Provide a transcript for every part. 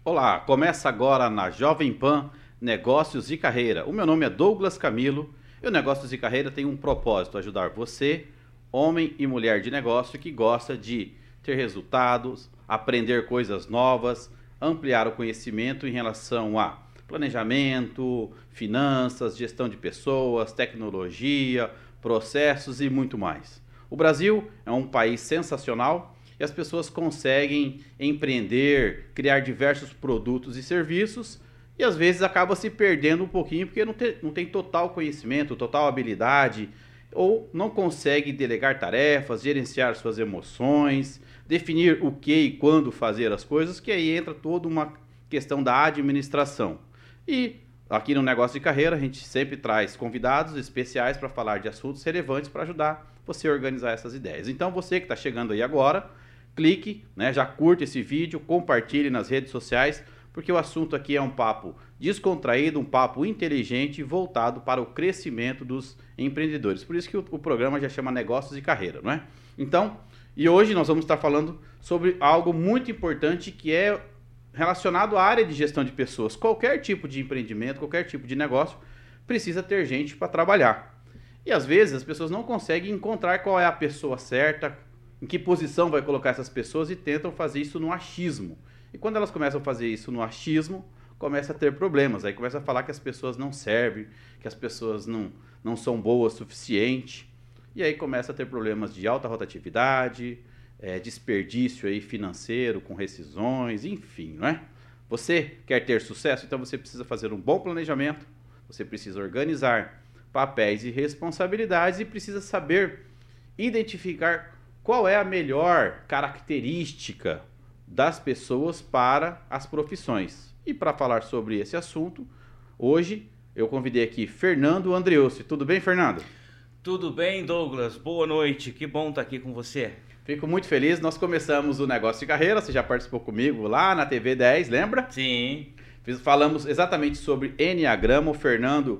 Olá, começa agora na Jovem Pan Negócios e Carreira. O meu nome é Douglas Camilo e o Negócios e Carreira tem um propósito: ajudar você, homem e mulher de negócio que gosta de ter resultados, aprender coisas novas, ampliar o conhecimento em relação a planejamento, finanças, gestão de pessoas, tecnologia, processos e muito mais. O Brasil é um país sensacional e as pessoas conseguem empreender, criar diversos produtos e serviços e às vezes acaba se perdendo um pouquinho porque não tem total conhecimento, total habilidade ou não consegue delegar tarefas, gerenciar suas emoções, definir o que e quando fazer as coisas, que aí entra toda uma questão da administração. E aqui no Negócio de Carreira a gente sempre traz convidados especiais para falar de assuntos relevantes para ajudar você a organizar essas ideias. Então você que está chegando aí agora, clique, né, já curte esse vídeo, compartilhe nas redes sociais, porque o assunto aqui é um papo descontraído, um papo inteligente voltado para o crescimento dos empreendedores. Por isso que o programa já chama Negócios e Carreira, não é? Então, e hoje nós vamos estar falando sobre algo muito importante que é relacionado à área de gestão de pessoas. Qualquer tipo de empreendimento, qualquer tipo de negócio precisa ter gente para trabalhar. E às vezes as pessoas não conseguem encontrar qual é a pessoa certa, em que posição vai colocar essas pessoas e tentam fazer isso no achismo. E quando elas começam a fazer isso no achismo, começa a ter problemas. Aí começa a falar que as pessoas não servem, que as pessoas não são boas o suficiente. E aí começa a ter problemas de alta rotatividade, desperdício aí financeiro com rescisões, enfim, não é? Você quer ter sucesso? Então você precisa fazer um bom planejamento, você precisa organizar papéis e responsabilidades e precisa saber identificar qual é a melhor característica das pessoas para as profissões. E para falar sobre esse assunto, hoje eu convidei aqui Fernando Andreucci. Tudo bem, Fernando? Tudo bem, Douglas? Boa noite, que bom estar aqui com você. Fico muito feliz, nós começamos o Negócio de Carreira, você já participou comigo lá na TV 10, lembra? Sim. Falamos exatamente sobre Enneagrama, o Fernando,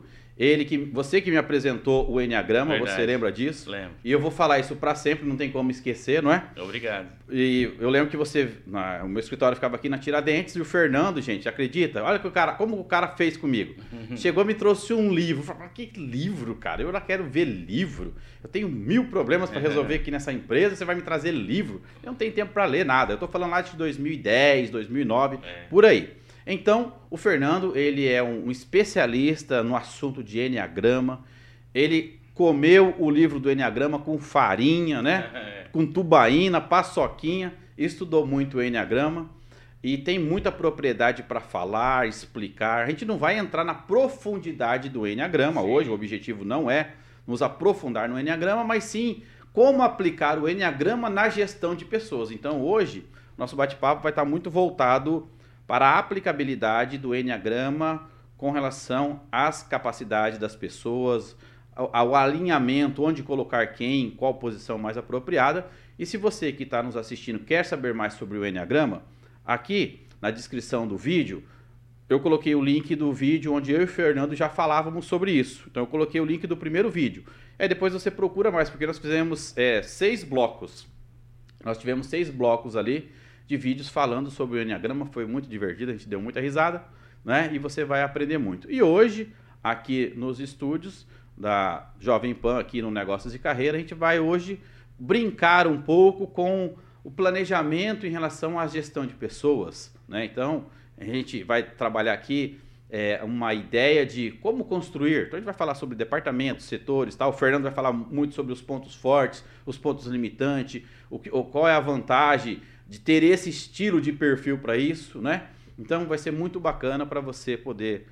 você que me apresentou o Enneagrama, Verdade. Você lembra disso? Lembro. E eu vou falar isso para sempre, não tem como esquecer, não é? Obrigado. E eu lembro que o meu escritório ficava aqui na Tiradentes e o Fernando, gente, acredita? Olha como o cara fez comigo. Chegou e me trouxe um livro. Eu falei, que livro, cara? Eu já quero ver livro. Eu tenho 1000 problemas para resolver aqui nessa empresa, você vai me trazer livro? Eu não tenho tempo para ler nada. Eu tô falando lá de 2010, 2009, por aí. Então, o Fernando, ele é um especialista no assunto de Enneagrama. Ele comeu o livro do Enneagrama com farinha, né? Com tubaína, paçoquinha, estudou muito o Enneagrama e tem muita propriedade para falar, explicar. A gente não vai entrar na profundidade do Enneagrama hoje, o objetivo não é nos aprofundar no Enneagrama, mas sim como aplicar o Enneagrama na gestão de pessoas. Então hoje, nosso bate-papo vai estar muito voltado para a aplicabilidade do Enneagrama com relação às capacidades das pessoas, ao alinhamento, onde colocar quem, em qual posição mais apropriada. E se você que está nos assistindo quer saber mais sobre o Enneagrama, aqui na descrição do vídeo, eu coloquei o link do vídeo onde eu e o Fernando já falávamos sobre isso. Então eu coloquei o link do primeiro vídeo. Aí depois você procura mais, porque nós fizemos 6 blocos. Nós tivemos 6 blocos ali de vídeos falando sobre o Enneagrama, foi muito divertido, a gente deu muita risada, né? E você vai aprender muito. E hoje, aqui nos estúdios da Jovem Pan, aqui no Negócios de Carreira, a gente vai hoje brincar um pouco com o planejamento em relação à gestão de pessoas, né? Então, a gente vai trabalhar aqui uma ideia de como construir. Então, a gente vai falar sobre departamentos, setores, tal. O Fernando vai falar muito sobre os pontos fortes, os pontos limitantes, qual é a vantagem de ter esse estilo de perfil para isso, né? Então vai ser muito bacana para você poder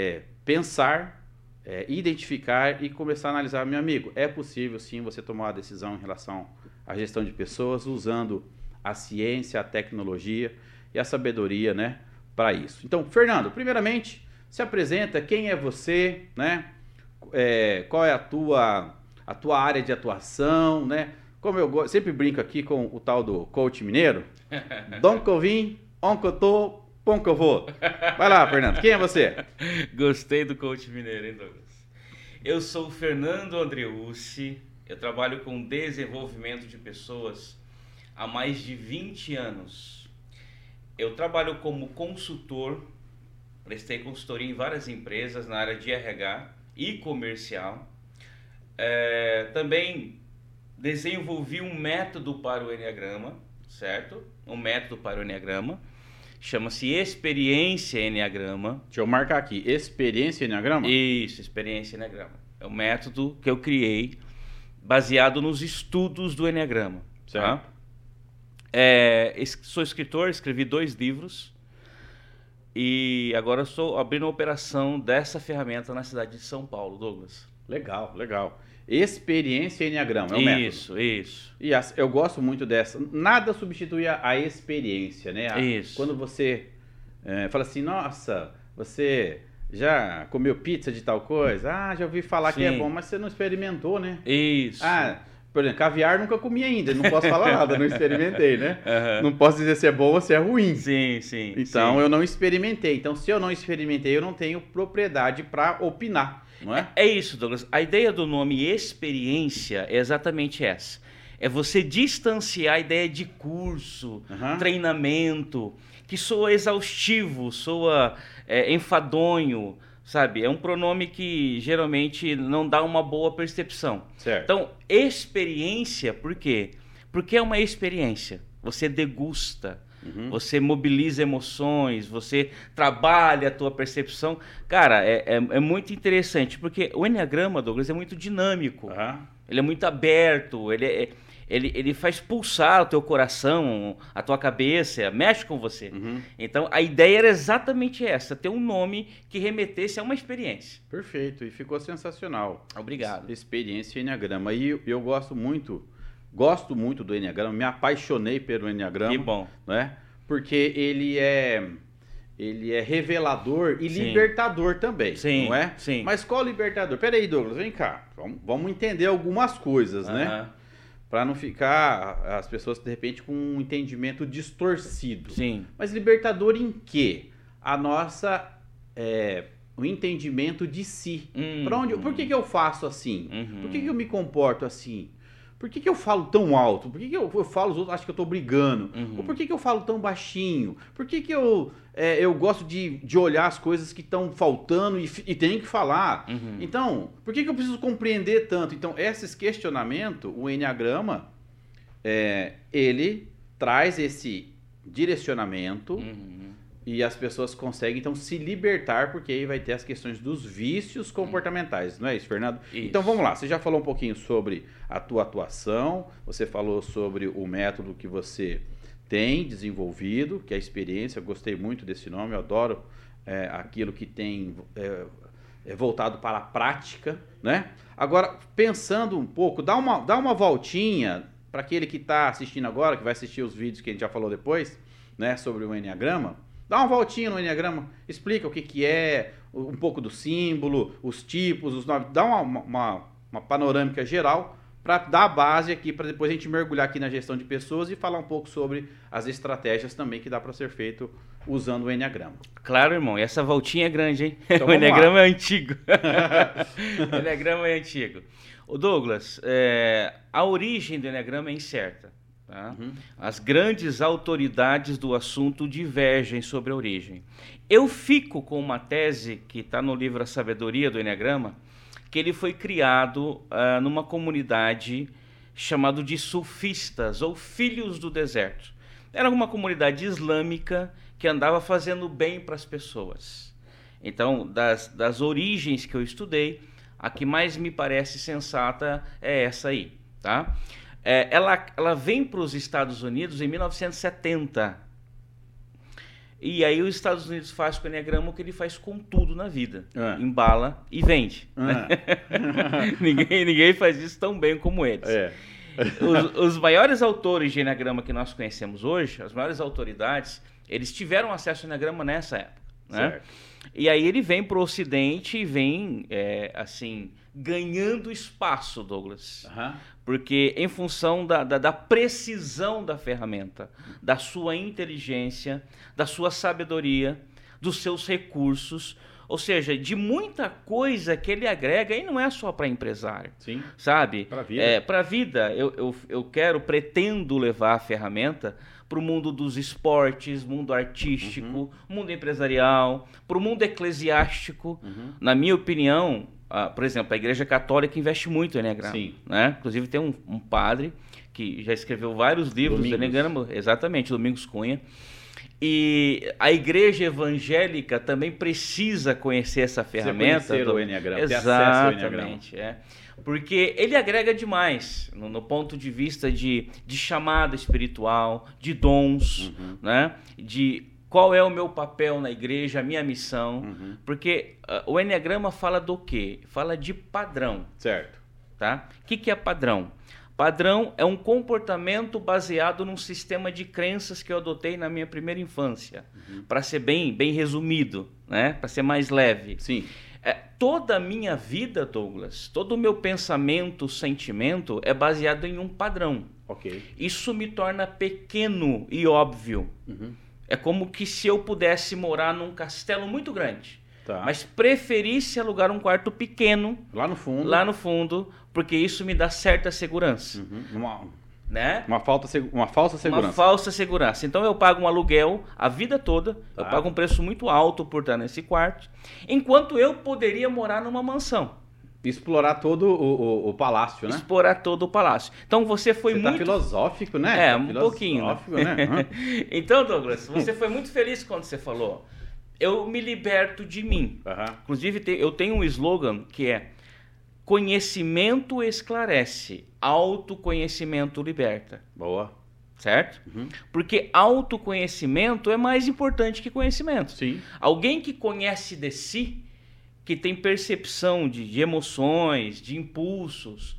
pensar, identificar e começar a analisar, meu amigo, é possível sim você tomar uma decisão em relação à gestão de pessoas usando a ciência, a tecnologia e a sabedoria, né, para isso. Então, Fernando, primeiramente, se apresenta, quem é você, né? Qual é a tua área de atuação, né? Como eu sempre brinco aqui com o tal do coach mineiro, donde eu vim, onde eu tô, pão que eu vou. Vai lá, Fernando, quem é você? Gostei do coach mineiro, hein, Douglas? Eu sou o Fernando Andreucci, eu trabalho com desenvolvimento de pessoas há mais de 20 anos. Eu trabalho como consultor, prestei consultoria em várias empresas na área de RH e comercial. Também desenvolvi um método para o Enneagrama, certo? Um método para o Enneagrama. Chama-se Experiência Enneagrama. Deixa eu marcar aqui. Experiência Enneagrama? Isso, Experiência Enneagrama. É um método que eu criei baseado nos estudos do Enneagrama. Certo. Tá? Sou escritor, escrevi 2 livros. E agora estou abrindo uma operação dessa ferramenta na cidade de São Paulo, Douglas. Legal, legal. Experiência Enneagrama, é o método. Isso. E eu gosto muito dessa. Nada substitui a experiência, né? Isso. Quando você fala assim, nossa, você já comeu pizza de tal coisa? Ah, já ouvi falar que é bom, mas você não experimentou, né? Isso. Por exemplo, caviar nunca comi ainda, não posso falar nada, não experimentei, né? Não posso dizer se é bom ou se é ruim. Sim. Então, eu não experimentei. Então, se eu não experimentei, eu não tenho propriedade para opinar, não é? É isso, Douglas. A ideia do nome experiência é exatamente essa. É você distanciar a ideia de curso, treinamento, que soa exaustivo, soa enfadonho, sabe? É um pronome que geralmente não dá uma boa percepção. Certo. Então, experiência, por quê? Porque é uma experiência. Você degusta, você mobiliza emoções, você trabalha a tua percepção. Cara, é muito interessante, porque o Enneagrama, Douglas, é muito dinâmico. Ele é muito aberto, ele faz pulsar o teu coração, a tua cabeça, mexe com você. Então, a ideia era exatamente essa, ter um nome que remetesse a uma experiência. Perfeito, e ficou sensacional. Obrigado. Experiência Enneagrama. E eu gosto muito do Enneagrama, me apaixonei pelo Enneagrama. Que bom. Né? Porque ele é revelador e libertador também, não é? Sim. Mas qual libertador? Peraí, Douglas, vem cá. Vamos entender algumas coisas, né? Para não ficar as pessoas, de repente, com um entendimento distorcido. Sim. Mas libertador em quê? A nossa... o entendimento de si. Por que eu faço assim? Por que eu me comporto assim? Por que eu falo tão alto? Por que eu falo, os outros acham que eu tô brigando? Ou por que eu falo tão baixinho? Por que eu gosto de olhar as coisas que estão faltando e tenho que falar? Então, por que eu preciso compreender tanto? Então, esses questionamentos, o Enneagrama, ele traz esse direcionamento e as pessoas conseguem, então, se libertar, porque aí vai ter as questões dos vícios comportamentais, não é isso, Fernando? Isso. Então, vamos lá. Você já falou um pouquinho sobre a tua atuação, você falou sobre o método que você tem desenvolvido, que é a experiência. Eu gostei muito desse nome, eu adoro aquilo que tem voltado para a prática, né? Agora, pensando um pouco, dá uma voltinha para aquele que está assistindo agora, que vai assistir os vídeos que a gente já falou depois, né, sobre o Enneagrama. Dá uma voltinha no Enneagrama, explica o que é, um pouco do símbolo, os tipos, os nomes, dá uma panorâmica geral para dar a base aqui, para depois a gente mergulhar aqui na gestão de pessoas e falar um pouco sobre as estratégias também que dá para ser feito usando o Enneagrama. Claro, irmão, e essa voltinha é grande, hein? Então, o Enneagrama é antigo. O Enneagrama é antigo. Ô Douglas, a origem do Enneagrama é incerta. Tá? As grandes autoridades do assunto divergem sobre a origem. Eu fico com uma tese que está no livro A Sabedoria do Enneagrama, que ele foi criado numa comunidade chamada de sufistas, ou filhos do deserto. Era uma comunidade islâmica que andava fazendo bem para as pessoas. Então, das origens que eu estudei, a que mais me parece sensata é essa aí, tá? Ela vem para os Estados Unidos em 1970. E aí os Estados Unidos faz com o Enneagrama o que ele faz com tudo na vida. Embala e vende. Ninguém faz isso tão bem como eles. Os maiores autores de Enneagrama que nós conhecemos hoje, as maiores autoridades, eles tiveram acesso ao Enneagrama nessa época. Né? E aí ele vem para o Ocidente e vem, assim, ganhando espaço, Douglas. Porque em função da precisão da ferramenta, da sua inteligência, da sua sabedoria, dos seus recursos, Ou seja, de muita coisa que ele agrega, e não é só para empresário. Sim. Sabe? Para a vida. Para a vida, eu pretendo levar a ferramenta para o mundo dos esportes, mundo artístico, mundo empresarial, para o mundo eclesiástico. Na minha opinião, por exemplo, a Igreja Católica investe muito em Enneagrama. Sim. Né? Inclusive tem um padre que já escreveu vários livros do Enneagrama, exatamente, Domingos Cunha. E a igreja evangélica também precisa conhecer essa ferramenta. Você conhecer o Enneagrama, ter acesso ao Enneagrama. Exatamente, porque ele agrega demais no ponto de vista de chamada espiritual, de dons, né? De qual é o meu papel na igreja, a minha missão. Porque o Enneagrama fala do quê? Fala de padrão. Certo. Tá? O que é padrão? Padrão é um comportamento baseado num sistema de crenças que eu adotei na minha primeira infância. Para ser bem resumido, né? Para ser mais leve. Sim. Toda a minha vida, Douglas, todo o meu pensamento, sentimento é baseado em um padrão. Ok. Isso me torna pequeno e óbvio. É como que se eu pudesse morar num castelo muito grande. Tá. Mas preferisse alugar um quarto pequeno. Lá no fundo. Porque isso me dá certa segurança. Né? Uma falsa segurança. Uma falsa segurança. Então eu pago um aluguel a vida toda, eu pago um preço muito alto por estar nesse quarto, enquanto eu poderia morar numa mansão. Explorar todo o palácio, né? Explorar todo o palácio. Então você foi muito... Tá filosófico, né? Um pouquinho. Né? Então, Douglas, você foi muito feliz quando você falou: eu me liberto de mim. Inclusive, eu tenho um slogan que é: conhecimento esclarece, autoconhecimento liberta. Boa. Certo? Porque autoconhecimento é mais importante que conhecimento. Sim. Alguém que conhece de si, que tem percepção de emoções, de impulsos,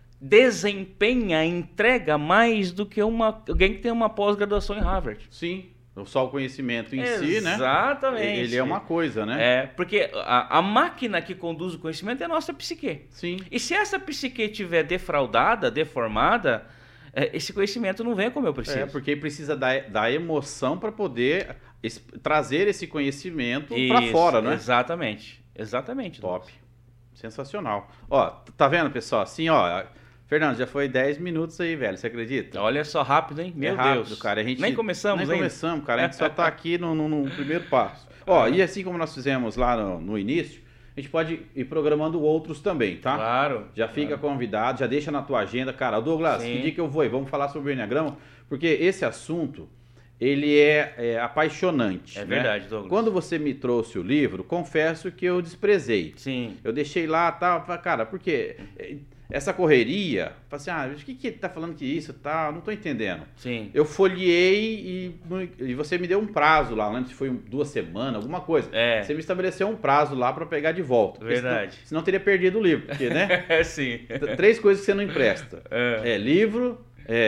desempenha, entrega mais do que alguém que tem uma pós-graduação em Harvard. Sim. Só o conhecimento em si, né? Exatamente. Ele é uma coisa, né? Porque a máquina que conduz o conhecimento é a nossa psique. Sim. E se essa psique estiver defraudada, deformada, esse conhecimento não vem como eu preciso. Porque precisa da emoção para poder trazer esse conhecimento para fora, né? Exatamente. Top. Sensacional. Ó, tá vendo, pessoal? Assim, ó... Fernando, já foi 10 minutos aí, velho. Você acredita? Olha só, rápido, hein? Meu rápido, Deus. Cara. Nem começamos ainda. Nem começamos, cara. A gente só tá aqui no primeiro passo. Ó, e assim como nós fizemos lá no início, a gente pode ir programando outros também, tá? Claro. Já fica convidado, já deixa na tua agenda. Cara, Douglas, que dia que eu vou aí? Vamos falar sobre o Enneagrama, porque esse assunto, ele é apaixonante. É verdade, Douglas. Quando você me trouxe o livro, confesso que eu desprezei. Sim. Eu deixei lá, tal, cara, porque... Essa correria, falei assim, o que ele tá falando que isso, tá? Não tô entendendo. Sim. Eu folheei e você me deu um prazo lá, não lembro se foi 2 semanas, alguma coisa. Você me estabeleceu um prazo lá para pegar de volta. Verdade. Senão teria perdido o livro, porque, né? Sim. 3 coisas que você não empresta. Livro,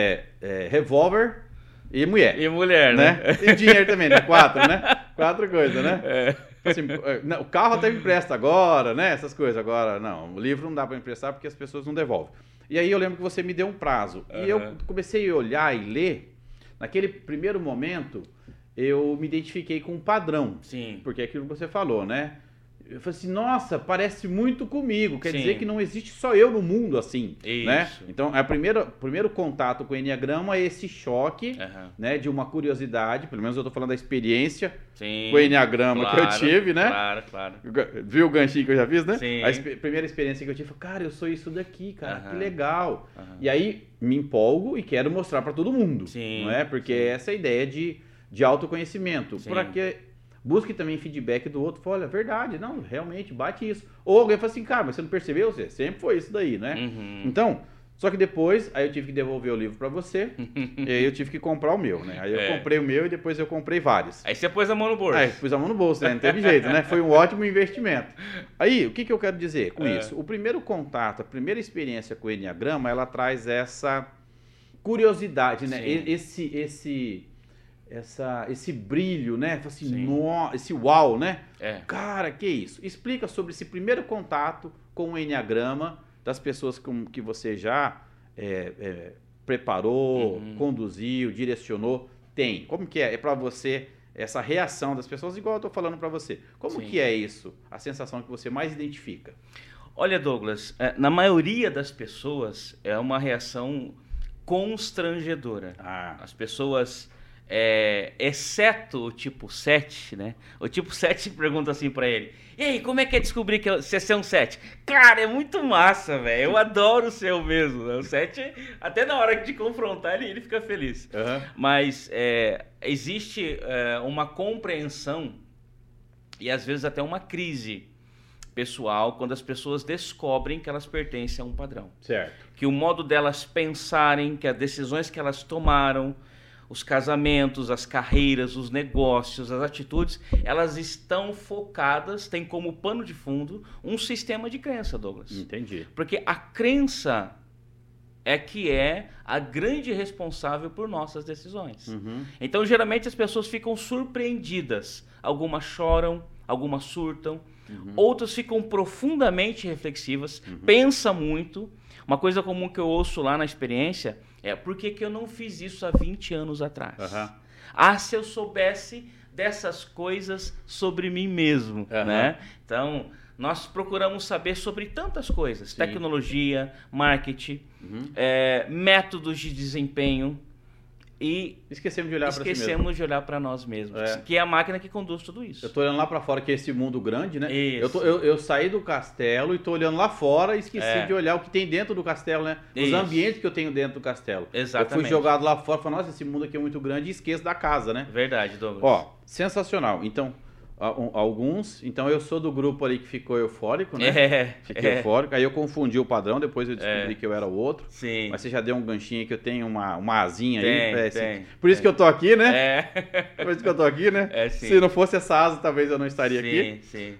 revólver e mulher. E mulher, né? E dinheiro também, né? 4, né? 4 coisas, né? Assim, o carro até empresta agora, né? Essas coisas. Agora, não. O livro não dá para emprestar porque as pessoas não devolvem. E aí eu lembro que você me deu um prazo. E eu comecei a olhar e ler. Naquele primeiro momento, eu me identifiquei com um padrão. Sim. Porque é aquilo que você falou, né? Eu falei assim, nossa, parece muito comigo. Quer dizer que não existe só eu no mundo assim, né? Então, primeiro contato com o Enneagrama é esse choque, né? De uma curiosidade, pelo menos eu tô falando da experiência com o Enneagrama que eu tive, né? Claro. Viu o ganchinho que eu já fiz, né? Sim. A primeira experiência que eu tive foi, cara, eu sou isso daqui, cara, que legal. E aí, me empolgo e quero mostrar para todo mundo, não é? Porque essa é a ideia de autoconhecimento. Para que... Busque também feedback do outro. Fala, olha, verdade, não, realmente, bate isso. Ou alguém fala assim, cara, mas você não percebeu? Você sempre foi isso daí, né? Então, só que depois, aí eu tive que devolver o livro pra você, e aí eu tive que comprar o meu, né? Aí eu comprei o meu e depois eu comprei vários. Aí você pôs a mão no bolso. Aí pus a mão no bolso, né? Não teve jeito, né? Foi um ótimo investimento. Aí, o que eu quero dizer com isso? O primeiro contato, a primeira experiência com o Enneagrama, ela traz essa curiosidade, né? Esse brilho, né? Assim, esse uau, né? Cara, que isso? Explica sobre esse primeiro contato com o Enneagrama das pessoas que você já preparou, conduziu, direcionou. Como que é? É para você essa reação das pessoas, igual eu tô falando para você. Como Sim. que é isso? A sensação que você mais identifica? Olha, Douglas, na maioria das pessoas é uma reação constrangedora. As pessoas, exceto o tipo 7, né? O tipo 7 pergunta assim pra ele: e aí, como é que é descobrir que você é um 7? Cara, é muito massa, velho. Eu adoro ser o mesmo. O 7, até na hora de confrontar ele fica feliz. Mas existe uma compreensão e às vezes até uma crise pessoal quando as pessoas descobrem que elas pertencem a um padrão. Certo. Que o modo delas pensarem, que as decisões que elas tomaram, os casamentos, as carreiras, os negócios, as atitudes, elas estão focadas, tem como pano de fundo um sistema de crença, Douglas. Entendi. Porque a crença é que é a grande responsável por nossas decisões. Então, geralmente, as pessoas ficam surpreendidas. Algumas choram, algumas surtam, outras ficam profundamente reflexivas, pensam muito. Uma coisa comum que eu ouço lá na experiência é: por que eu não fiz isso há 20 anos atrás? Ah, se eu soubesse dessas coisas sobre mim mesmo, né? Então, nós procuramos saber sobre tantas coisas: tecnologia, marketing, métodos de desempenho. E esquecemos de olhar para si mesmo. Esquecemos de olhar para nós mesmos, que é a máquina que conduz tudo isso. Eu tô olhando lá para fora, que é esse mundo grande, né? Isso. Eu saí do castelo e tô olhando lá fora e esqueci de olhar o que tem dentro do castelo, né? Os ambientes que eu tenho dentro do castelo. Exatamente. Eu fui jogado lá fora e falei: nossa, esse mundo aqui é muito grande, e esqueço da casa, né? Verdade, Douglas. Ó, sensacional. Então, então eu sou do grupo ali que ficou eufórico, né? Fiquei eufórico. Aí eu confundi o padrão, depois eu descobri que eu era o outro. Sim. Mas você já deu um ganchinho aí que eu tenho uma asinha aí. Tem. Por isso que eu tô aqui, né? Por isso que eu tô aqui, né? Sim. Se não fosse essa asa, talvez eu não estaria aqui. Sim.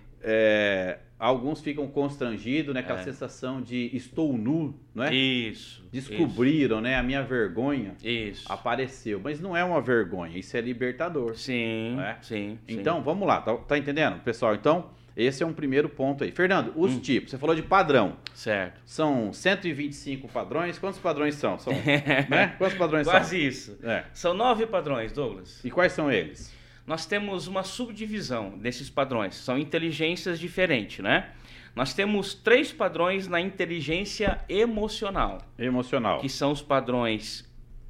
Alguns ficam constrangidos, né? Aquela sensação de estou nu, não é? Isso. Descobriram, né? A minha vergonha apareceu. Mas não é uma vergonha, isso é libertador. Sim, é? sim. Então, vamos lá, tá entendendo, pessoal? Então, esse é um primeiro ponto aí. Fernando, os tipos, você falou de padrão. Certo. São 125 padrões. Quantos padrões são? Né? Quantos padrões são? Quase isso. São 9 padrões, Douglas. E quais são eles? Nós temos uma subdivisão desses padrões. São inteligências diferentes, né? Nós temos 3 padrões na inteligência emocional. Emocional. Que são os padrões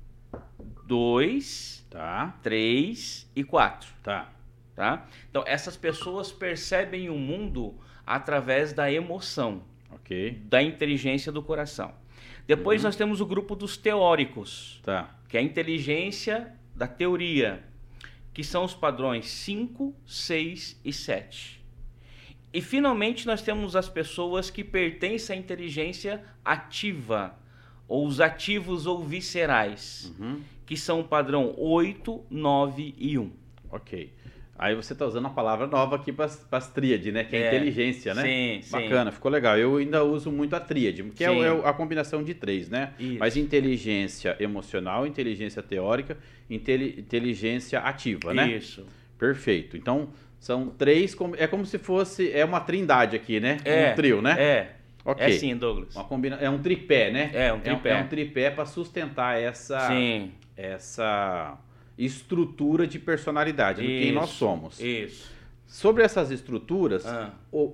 2, 3 e 4. Tá. Então, essas pessoas percebem o mundo através da emoção. Ok. Da inteligência do coração. Depois nós temos o grupo dos teóricos. Que é a inteligência da teoria. Que são os padrões 5, 6 e 7. E finalmente nós temos as pessoas que pertencem à inteligência ativa, ou os ativos ou viscerais, que são o padrão 8, 9 e 1. Ok. Aí você está usando a palavra nova aqui para as tríades, né? Que é inteligência, né? Sim, bacana, ficou legal. Eu ainda uso muito a tríade, que é a combinação de 3, né? Isso. Mas inteligência emocional, inteligência teórica, inteligência ativa, né? Isso. Perfeito. Então, são 3, é como se fosse, uma trindade aqui, né? Um trio, né? Ok. É sim, Douglas. É um tripé, né? Um tripé. É um tripé para sustentar essa estrutura de personalidade do quem nós somos. Isso. Sobre essas estruturas, o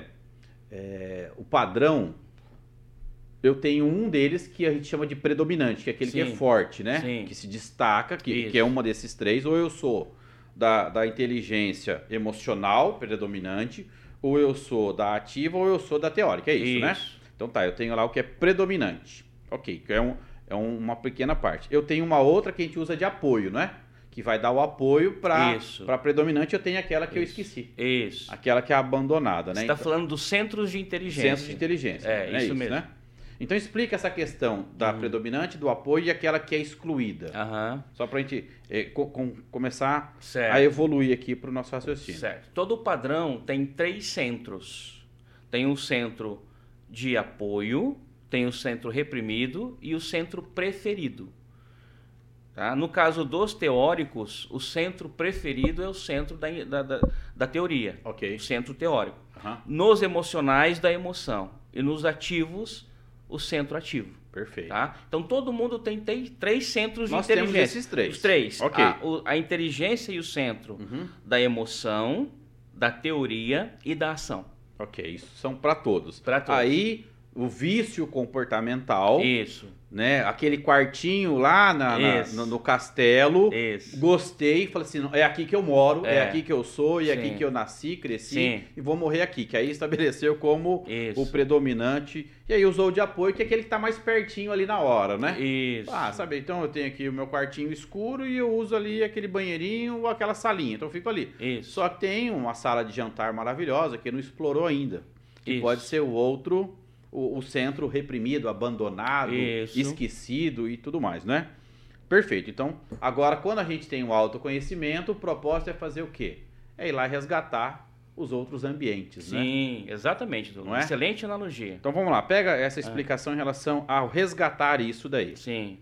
padrão, eu tenho um deles que a gente chama de predominante, que é aquele que é forte, né? Sim. Que se destaca, que é uma desses 3. Ou eu sou da inteligência emocional predominante, ou eu sou da ativa, ou eu sou da teórica. É isso, né? Então tá, eu tenho lá o que é predominante. Ok, que é uma pequena parte. Eu tenho uma outra que a gente usa de apoio, né? Que vai dar o apoio para predominante. Eu tenho aquela que eu esqueci. Isso. Aquela que é abandonada, né? Você está falando dos centros de inteligência. Centros de inteligência. Isso mesmo. Né? Então explica essa questão da predominante, do apoio e aquela que é excluída. Só para a gente começar a evoluir aqui para o nosso raciocínio. Certo. Todo padrão tem 3 centros. Tem um centro de apoio, tem o centro reprimido e o centro preferido. No caso dos teóricos, o centro preferido é o centro da teoria, o centro teórico. Nos emocionais, da emoção. E nos ativos, o centro ativo. Perfeito. Tá? Então todo mundo tem 3 centros Nós de inteligência. temos esses 3. Os 3. Ok. A inteligência e o centro da emoção, da teoria e da ação. Ok, isso são para todos. Para todos. Aí, o vício comportamental, Isso. né? Aquele quartinho lá no castelo. Isso. Gostei, falei assim, é aqui que eu moro, é aqui que eu sou, e é Sim. aqui que eu nasci, cresci, Sim. e vou morrer aqui. Que aí estabeleceu como Isso. o predominante. E aí usou o de apoio, que é aquele que tá mais pertinho ali na hora, né? Isso. Ah, sabe, então eu tenho aqui o meu quartinho escuro e eu uso ali aquele banheirinho ou aquela salinha, então eu fico ali. Isso. Só que tem uma sala de jantar maravilhosa que não explorou ainda. Que Isso. pode ser o outro, o centro reprimido, abandonado, Isso. esquecido e tudo mais, né? Perfeito. Então, agora quando a gente tem o autoconhecimento, o propósito é fazer o quê? É ir lá resgatar os outros ambientes, né? Sim, exatamente. Não é? Excelente analogia. Então vamos lá, pega essa explicação em relação ao resgatar isso daí. Sim.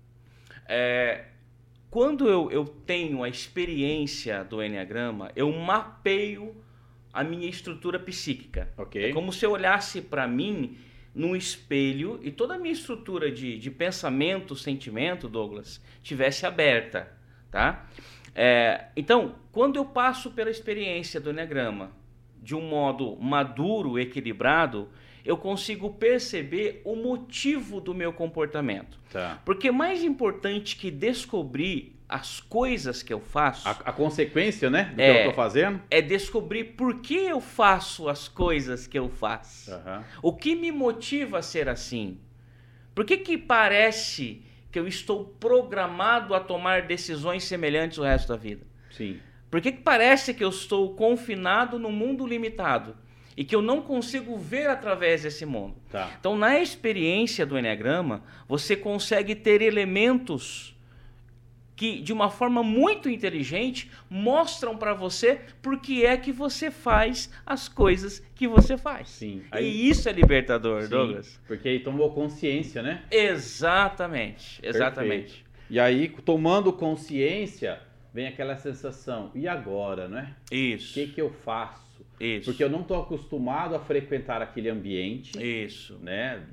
Quando eu tenho a experiência do Enneagrama, eu mapeio a minha estrutura psíquica. Ok. É como se eu olhasse para mim num espelho e toda a minha estrutura de pensamento, sentimento, Douglas, tivesse aberta, tá? Então, quando eu passo pela experiência do Enneagrama de um modo maduro, equilibrado, eu consigo perceber o motivo do meu comportamento. Tá. Porque mais importante que descobrir as coisas que eu faço... A consequência, né, do que eu tô fazendo? É descobrir por que eu faço as coisas que eu faço. Uhum. O que me motiva a ser assim? Por que parece que eu estou programado a tomar decisões semelhantes o resto da vida? Sim. Por que parece que eu estou confinado num mundo limitado e que eu não consigo ver através desse mundo? Tá. Então, na experiência do Enneagrama, você consegue ter elementos que, de uma forma muito inteligente, mostram para você por que é que você faz as coisas que você faz. Sim. E isso é libertador, Sim, Douglas. porque aí tomou consciência, né? Exatamente, exatamente. Perfeito. E aí, tomando consciência, vem aquela sensação, e agora, né? Isso. O que eu faço? Isso. Porque eu não estou acostumado a frequentar aquele ambiente, Isso. né?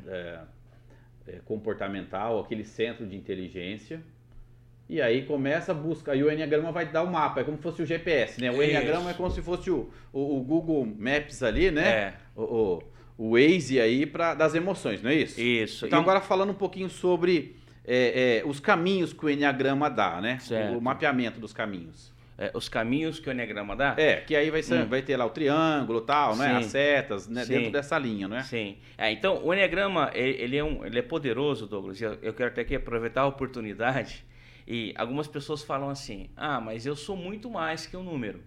Comportamental, aquele centro de inteligência. E aí começa a buscar, e o Enneagrama vai te dar o mapa, é como se fosse o GPS, né? O Enneagrama é como se fosse o Google Maps ali, né? O Waze aí das emoções, não é isso? Isso. Então agora falando um pouquinho sobre os caminhos que o Enneagrama dá, né? Certo. O mapeamento dos caminhos. Os caminhos que o Enneagrama dá? Que aí vai ter lá o triângulo e tal, né? Sim. As setas, né? Sim. Dentro dessa linha, não é? Sim. Então, o Enneagrama, ele é poderoso, Douglas. Eu quero até aqui aproveitar a oportunidade. E algumas pessoas falam assim, mas eu sou muito mais que um número.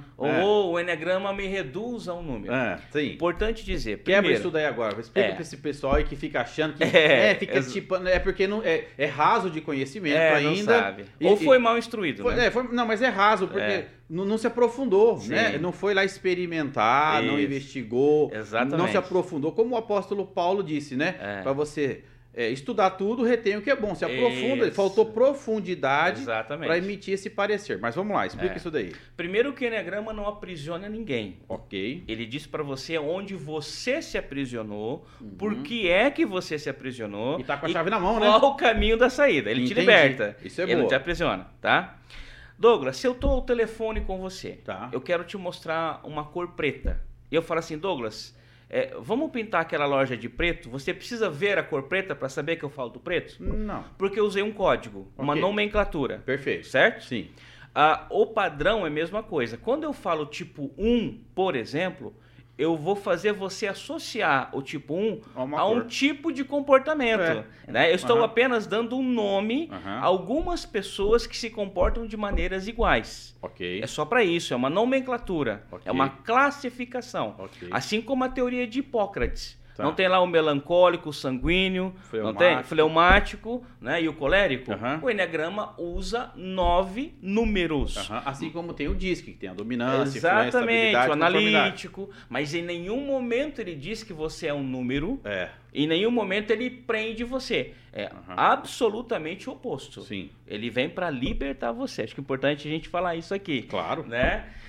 Ou o Enneagrama me reduz a um número. Sim. Importante dizer, Quebra primeiro, isso daí agora. Explica pra esse pessoal aí que fica achando que... tipo... É porque não, é raso de conhecimento ainda. Não sabe. Ou foi mal instruído, né? Não, mas é raso, porque não se aprofundou, né? Não foi lá experimentar, não investigou. Exatamente. Não se aprofundou. Como o apóstolo Paulo disse, né? Para você... estudar tudo, retém o que é bom. Se aprofunda, Isso. faltou profundidade para Exatamente. emitir esse parecer. Mas vamos lá, explica isso daí. Primeiro que o Enneagrama não aprisiona ninguém. Ok. Ele diz para você onde você se aprisionou, por que é que você se aprisionou. E tá com a chave na mão, né? Qual o caminho da saída. Ele te Entendi. liberta. Isso é Ele boa. não te aprisiona, tá? Douglas, se eu tô ao telefone com você, Tá. eu quero te mostrar uma cor preta. E eu falo assim, Douglas, vamos pintar aquela loja de preto? Você precisa ver a cor preta para saber que eu falo do preto? Não. Porque eu usei um código, uma Ok. nomenclatura. Perfeito. Certo? Sim. O padrão é a mesma coisa. Quando eu falo tipo 1, por exemplo, eu vou fazer você associar o tipo 1 A uma a um cor. tipo de comportamento. Né? Eu estou apenas dando um nome a algumas pessoas que se comportam de maneiras iguais. Ok. É só para isso, é uma nomenclatura, Ok. é uma classificação. Ok. Assim como a teoria de Hipócrates. Tá. Não tem lá o melancólico, o sanguíneo, não tem? Fleumático, né? E o colérico. O Enneagrama usa 9 números. Assim como tem o DISC, que tem a dominância, Exatamente, estabilidade, o conformidade. analítico. Mas em nenhum momento ele diz que você é um número. É. Em nenhum momento ele prende você. É absolutamente o oposto. Sim. Ele vem para libertar você. Acho que é importante a gente falar isso aqui. Claro. Né?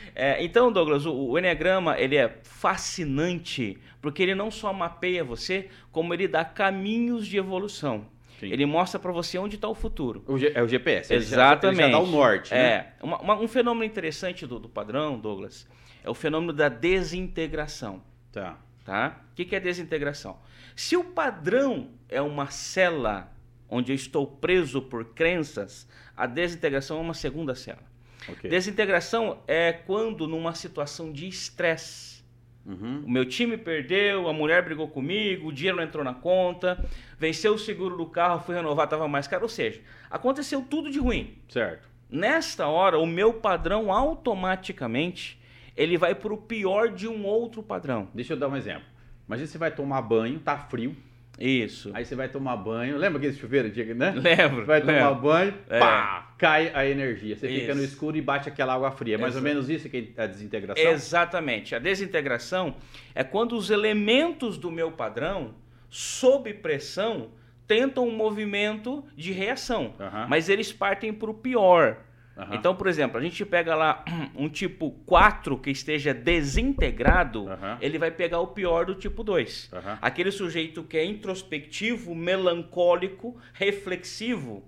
Então, Douglas, o Enneagrama ele é fascinante porque ele não só mapeia você, como ele dá caminhos de evolução. Sim. Ele mostra para você onde está o futuro. É o GPS. Exatamente. Ele já dá o norte, né? Um fenômeno interessante do padrão, Douglas, é o fenômeno da desintegração. Tá. O que é desintegração? Se o padrão é uma cela onde eu estou preso por crenças, a desintegração é uma segunda cela. Okay. Desintegração é quando, numa situação de estresse, o meu time perdeu, a mulher brigou comigo, o dinheiro não entrou na conta, venceu o seguro do carro, fui renovar, estava mais caro. Ou seja, aconteceu tudo de ruim. Certo. Nesta hora, o meu padrão automaticamente ele vai para o pior de um outro padrão. Deixa eu dar um exemplo. Imagina você vai tomar banho, tá frio. Isso. Aí você vai tomar banho. Lembra aquele chuveiro, né? Lembro. Vai tomar banho, pá, cai a energia. Você fica no escuro e bate aquela água fria. É mais ou menos isso que é a desintegração? Exatamente. A desintegração é quando os elementos do meu padrão, sob pressão, tentam um movimento de reação. Mas eles partem para o pior. Então, por exemplo, a gente pega lá um tipo 4 que esteja desintegrado, ele vai pegar o pior do tipo 2. Aquele sujeito que é introspectivo, melancólico, reflexivo,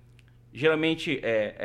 geralmente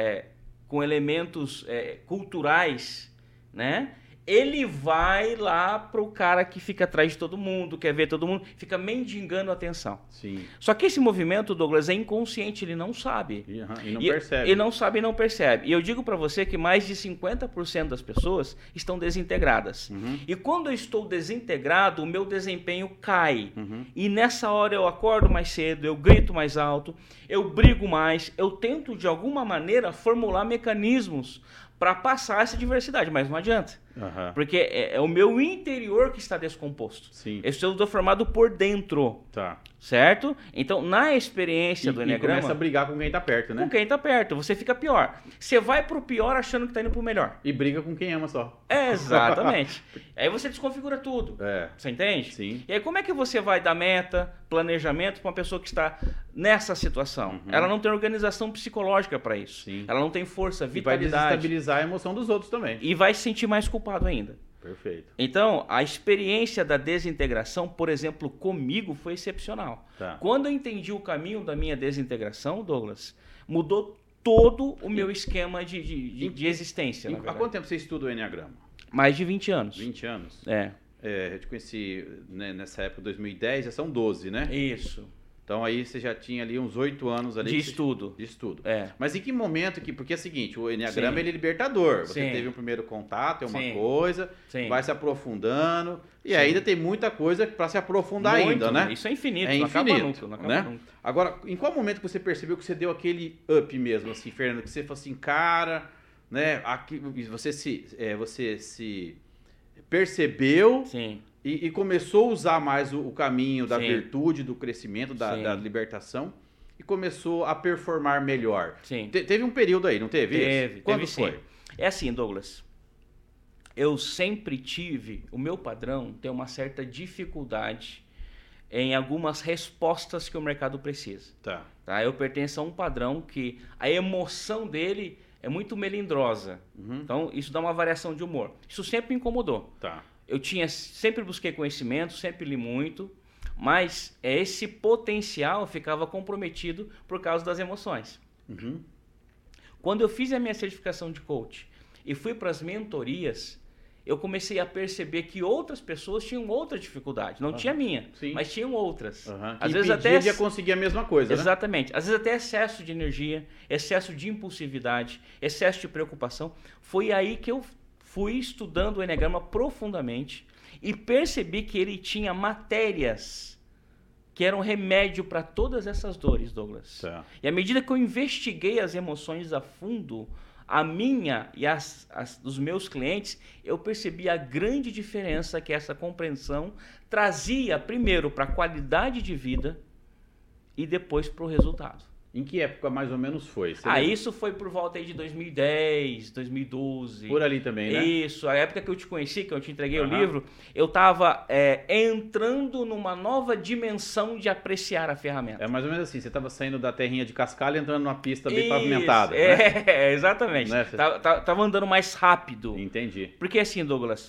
com elementos culturais, né? Ele vai lá pro cara que fica atrás de todo mundo, quer ver todo mundo, fica mendigando atenção. Sim. Só que esse movimento, Douglas, é inconsciente, ele não sabe. E não percebe. Ele não sabe e não percebe. E eu digo para você que mais de 50% das pessoas estão desintegradas. E quando eu estou desintegrado, o meu desempenho cai. E nessa hora eu acordo mais cedo, eu grito mais alto, eu brigo mais, eu tento de alguma maneira formular mecanismos para passar essa diversidade, mas não adianta. Porque é o meu interior que está descomposto. Sim. Eu estou formado por dentro. Tá. Certo? Então, na experiência do Enneagrama... E começa a brigar com quem está perto, né? Com quem está perto. Você fica pior. Você vai pro pior achando que está indo pro melhor. E briga com quem ama só. Exatamente. Aí você desconfigura tudo. Você entende? Sim. E aí como é que você vai dar meta, planejamento para uma pessoa que está nessa situação? Ela não tem organização psicológica para isso. Sim. Ela não tem força, vitalidade. E vai desestabilizar a emoção dos outros também. E vai se sentir mais culpado ainda. Perfeito. Então, a experiência da desintegração, por exemplo, comigo foi excepcional. Tá. Quando eu entendi o caminho da minha desintegração, Douglas, mudou todo o meu esquema de existência. Há quanto tempo você estuda o Enneagrama? Mais de 20 anos. 20 anos? Eu te conheci nessa época, 2010, já são 12, né? Isso. Então aí você já tinha ali uns 8 anos ali de estudo. De estudo. É. Mas em que momento que... Porque é o seguinte, o Enneagrama ele é libertador. Você teve um primeiro contato, é uma coisa, vai se aprofundando. E ainda tem muita coisa para se aprofundar ainda, né? Isso é infinito, não acaba nunca, nunca. Agora, em qual momento que você percebeu que você deu aquele up mesmo, assim, Fernando? Que você falou assim, cara, né? Aqui, você se percebeu... Sim. E começou a usar mais o caminho da virtude, do crescimento, da libertação, e começou a performar melhor. Sim. Teve um período aí, não teve? Teve. Quando foi? Sim. É assim, Douglas. Eu sempre tive, o meu padrão tem uma certa dificuldade em algumas respostas que o mercado precisa. Tá? Eu pertenço a um padrão que a emoção dele é muito melindrosa. Então, isso dá uma variação de humor. Isso sempre me incomodou. Tá. Eu sempre busquei conhecimento, sempre li muito, mas esse potencial ficava comprometido por causa das emoções. Quando eu fiz a minha certificação de coach e fui para as mentorias, eu comecei a perceber que outras pessoas tinham outra dificuldade. Não tinha a minha, mas tinham outras. Às vezes até de conseguir a mesma coisa, exatamente. Às vezes até excesso de energia, excesso de impulsividade, excesso de preocupação. Foi aí que eu fui estudando o Enneagrama profundamente e percebi que ele tinha matérias que eram remédio para todas essas dores, Douglas. E à medida que eu investiguei as emoções a fundo, a minha e as dos meus clientes, eu percebi a grande diferença que essa compreensão trazia, primeiro, para a qualidade de vida e depois para o resultado. Em que época mais ou menos foi? Você lembra? Isso foi por volta aí de 2010, 2012. Por ali também, né? Isso, a época que eu te conheci, que eu te entreguei o livro, eu estava entrando numa nova dimensão de apreciar a ferramenta. É mais ou menos assim, você estava saindo da terrinha de cascalho e entrando numa pista bem pavimentada, né? Exatamente. Né? Tava andando mais rápido. Entendi. Porque assim, Douglas,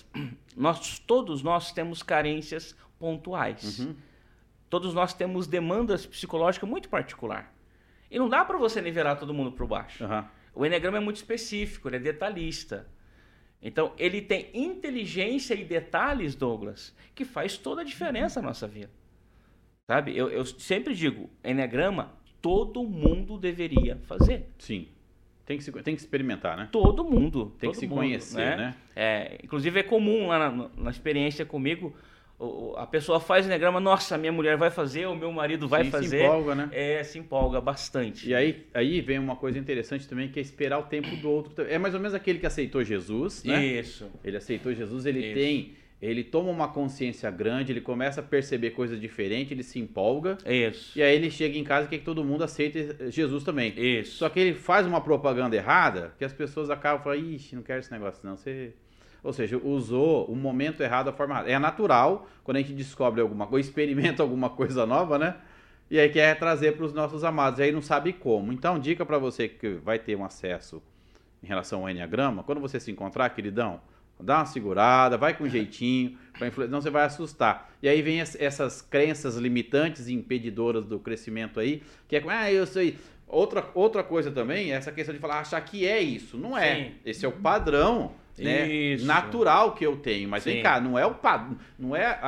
todos nós temos carências pontuais. Uhum. Todos nós temos demandas psicológicas muito particulares. E não dá para você nivelar todo mundo para baixo. Uhum. O Eneagrama é muito específico, ele é detalhista. Então, ele tem inteligência e detalhes, Douglas, que faz toda a diferença na nossa vida. Sabe? Eu sempre digo, Eneagrama, todo mundo deveria fazer. Sim. Tem que experimentar, né? Todo mundo. Tem que se conhecer, né? Inclusive, é comum lá na experiência comigo, a pessoa faz o Eneagrama, nossa, minha mulher vai fazer, o meu marido vai fazer. Se empolga, né? Se empolga bastante. E aí vem uma coisa interessante também, que é esperar o tempo do outro. É mais ou menos aquele que aceitou Jesus, né? Isso. Ele aceitou Jesus, ele toma uma consciência grande, ele começa a perceber coisas diferentes, ele se empolga. Isso. E aí ele chega em casa e quer que todo mundo aceite Jesus também. Isso. Só que ele faz uma propaganda errada, que as pessoas acabam falando, ixi, não quero esse negócio não, Ou seja, usou o momento errado, a forma errada. É natural, quando a gente descobre alguma coisa, experimenta alguma coisa nova, né? E aí quer trazer para os nossos amados, e aí não sabe como. Então, dica para você que vai ter um acesso em relação ao Eneagrama, quando você se encontrar, queridão, dá uma segurada, vai com jeitinho, não você vai assustar. E aí vem essas crenças limitantes e impedidoras do crescimento aí, que é, eu sei... Outra coisa também é essa questão de falar, achar que é isso. Não é. Sim. Esse é o padrão, né, natural que eu tenho. Mas vem cá, não é o padrão, não é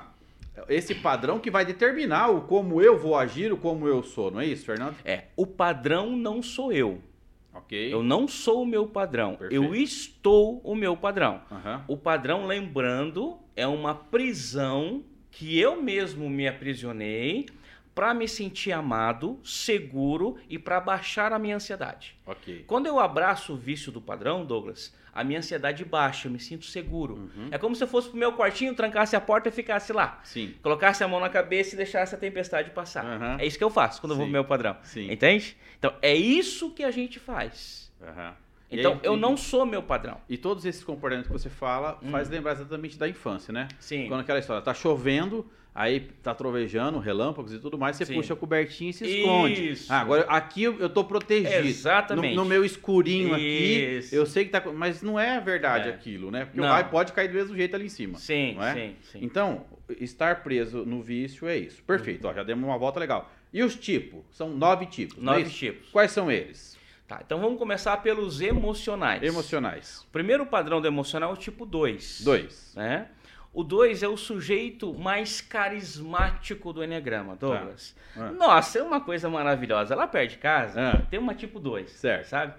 esse padrão que vai determinar o como eu vou agir, o como eu sou. Não é isso, Fernando? O padrão não sou eu. Ok. Eu não sou o meu padrão. Perfeito. Eu estou o meu padrão. Uhum. O padrão, lembrando, é uma prisão que eu mesmo me aprisionei para me sentir amado, seguro e para baixar a minha ansiedade. Ok. Quando eu abraço o vício do padrão, Douglas, a minha ansiedade baixa, eu me sinto seguro. Uhum. É como se eu fosse pro meu quartinho, trancasse a porta e ficasse lá. Sim. Colocasse a mão na cabeça e deixasse a tempestade passar. Uhum. É isso que eu faço quando eu vou pro meu padrão. Sim. Entende? Então, é isso que a gente faz. Uhum. Então, eu não sou meu padrão. E todos esses comportamentos que você fala faz lembrar exatamente da infância, né? Sim. Quando aquela história, tá chovendo, aí tá trovejando, relâmpagos e tudo mais, você puxa a cobertinha e se esconde. Isso. Agora, aqui eu tô protegido. Exatamente. No meu escurinho Isso. aqui, eu sei que tá... Mas não é verdade aquilo, né? Porque o raio pode cair do mesmo jeito ali em cima. Sim, não é? sim. Então, estar preso no vício é isso. Perfeito, ó, já demos uma volta legal. E os tipos? São 9 tipos. 9 tipos. Quais são eles? Tá, então vamos começar pelos emocionais. Emocionais. O primeiro padrão do emocional é o tipo 2. 2. Né? O 2 é o sujeito mais carismático do Eneagrama, Douglas. Nossa, é uma coisa maravilhosa. Lá perto de casa tem uma tipo 2. Certo. Sabe?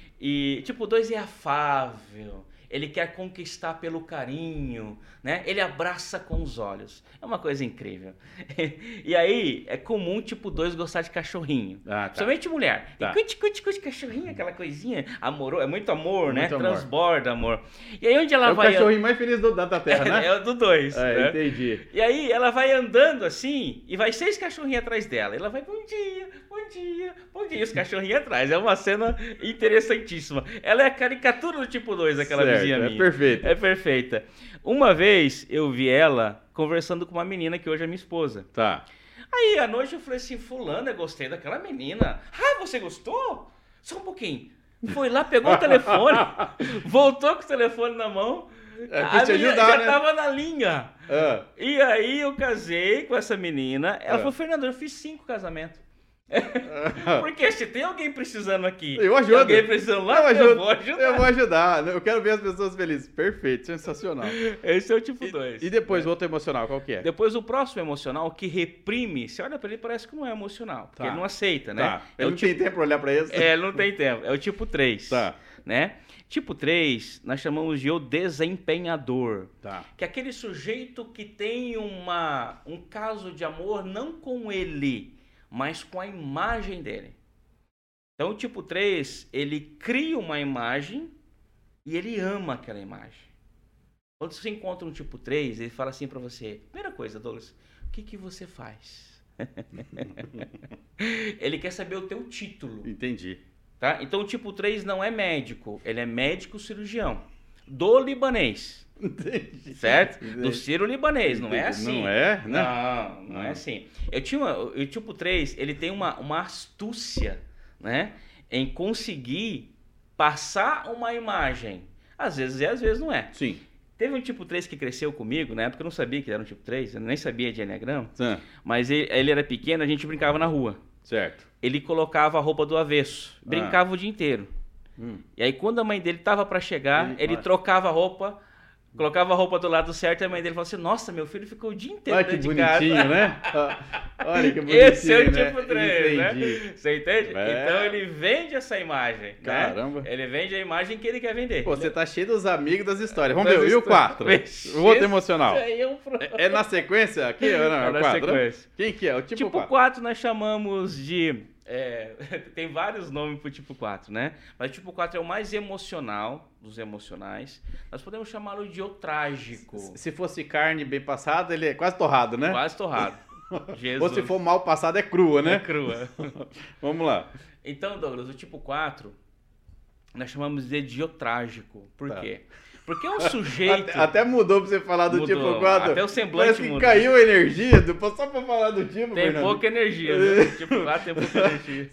E tipo 2 é afável. Ele quer conquistar pelo carinho, né? Ele abraça com os olhos. É uma coisa incrível. E aí, é comum tipo 2 gostar de cachorrinho. Principalmente mulher. Tá. Cuti, cachorrinho, aquela coisinha. É muito amor, né? Amor. Transborda amor. E aí, onde ela vai... É o cachorrinho mais feliz da Terra, né? É o do 2. Né? Entendi. E aí, ela vai andando assim, e vai 6 cachorrinhos atrás dela. Ela vai, bom dia, bom dia, bom dia. E os cachorrinhos atrás. É uma cena interessantíssima. Ela é a caricatura do tipo 2, aquela vizinha minha. É perfeita. É perfeita. Uma vez eu vi ela conversando com uma menina que hoje é minha esposa. Tá. Aí à noite eu falei assim, fulana, eu gostei daquela menina. Ah, você gostou? Só um pouquinho. Foi lá, pegou o telefone, voltou com o telefone na mão. Pra te ajudar, já né? tava na linha. E aí eu casei com essa menina. Ela falou, Fernando, eu fiz 5 casamentos. Porque se tem alguém precisando aqui, eu ajudo. Tem alguém precisando lá, eu vou ajudar. Eu vou ajudar. Eu quero ver as pessoas felizes. Perfeito, sensacional. Esse é o tipo 2. E depois o outro emocional, qual que é? Depois o próximo emocional que reprime, você olha pra ele parece que não é emocional, porque ele não aceita, né? Tá. Ele não tem tempo pra olhar pra isso? Ele não tem tempo. É o tipo 3. Tá. Né? Tipo 3, nós chamamos de o desempenhador. Tá. Que é aquele sujeito que tem um caso de amor não com ele, mas com a imagem dele. Então o tipo 3, ele cria uma imagem e ele ama aquela imagem. Quando você encontra um tipo 3, ele fala assim pra você, primeira coisa, Douglas, o que você faz? Ele quer saber o teu título. Entendi. Tá? Então o tipo 3 não é médico, ele é médico cirurgião. Do libanês. Entendi. Certo? Entendi. Do sírio-libanês, não é assim. Não é? Não é assim. O tipo 3, ele tem uma astúcia, né, em conseguir passar uma imagem. Às vezes é, às vezes não é. Sim. Teve um tipo 3 que cresceu comigo, na época eu não sabia que era um tipo 3, eu nem sabia de enneagrama, Sim. mas ele era pequeno, a gente brincava na rua. Certo. Ele colocava a roupa do avesso, brincava o dia inteiro. E aí quando a mãe dele tava para chegar, ele trocava a roupa, colocava a roupa do lado certo e a mãe dele falou assim, nossa, meu filho ficou o dia inteiro Olha que dentro de casa. bonitinho, né? Olha que bonitinho, Esse é o né? tipo 3, Entendi. né? Você entende? É. Então ele vende essa imagem. Caramba. Né? Ele vende a imagem que ele quer vender. Pô, você tá cheio dos amigos das histórias. Vamos Das ver, e o histórias. 4? Vixe, O outro emocional. Esse aí é um É na sequência aqui ou não? É na 4, sequência. Né? Quem que é? O tipo 4? 4 nós chamamos de... tem vários nomes pro tipo 4, né? Mas o tipo 4 é o mais emocional dos emocionais. Nós podemos chamá-lo de o trágico. Se fosse carne bem passada, ele é quase torrado, né? Quase torrado. Jesus. Ou se for mal passado, é crua, né? É crua. Vamos lá. Então, Douglas, o tipo 4 nós chamamos de diotrágico. Por quê? Porque é um sujeito... Até mudou pra você falar do Mudou. tipo 4. Até o semblante Parece que mudou. caiu a energia, só pra falar do tipo, Tem Fernando. pouca energia, viu? O tipo 4 tem pouca energia.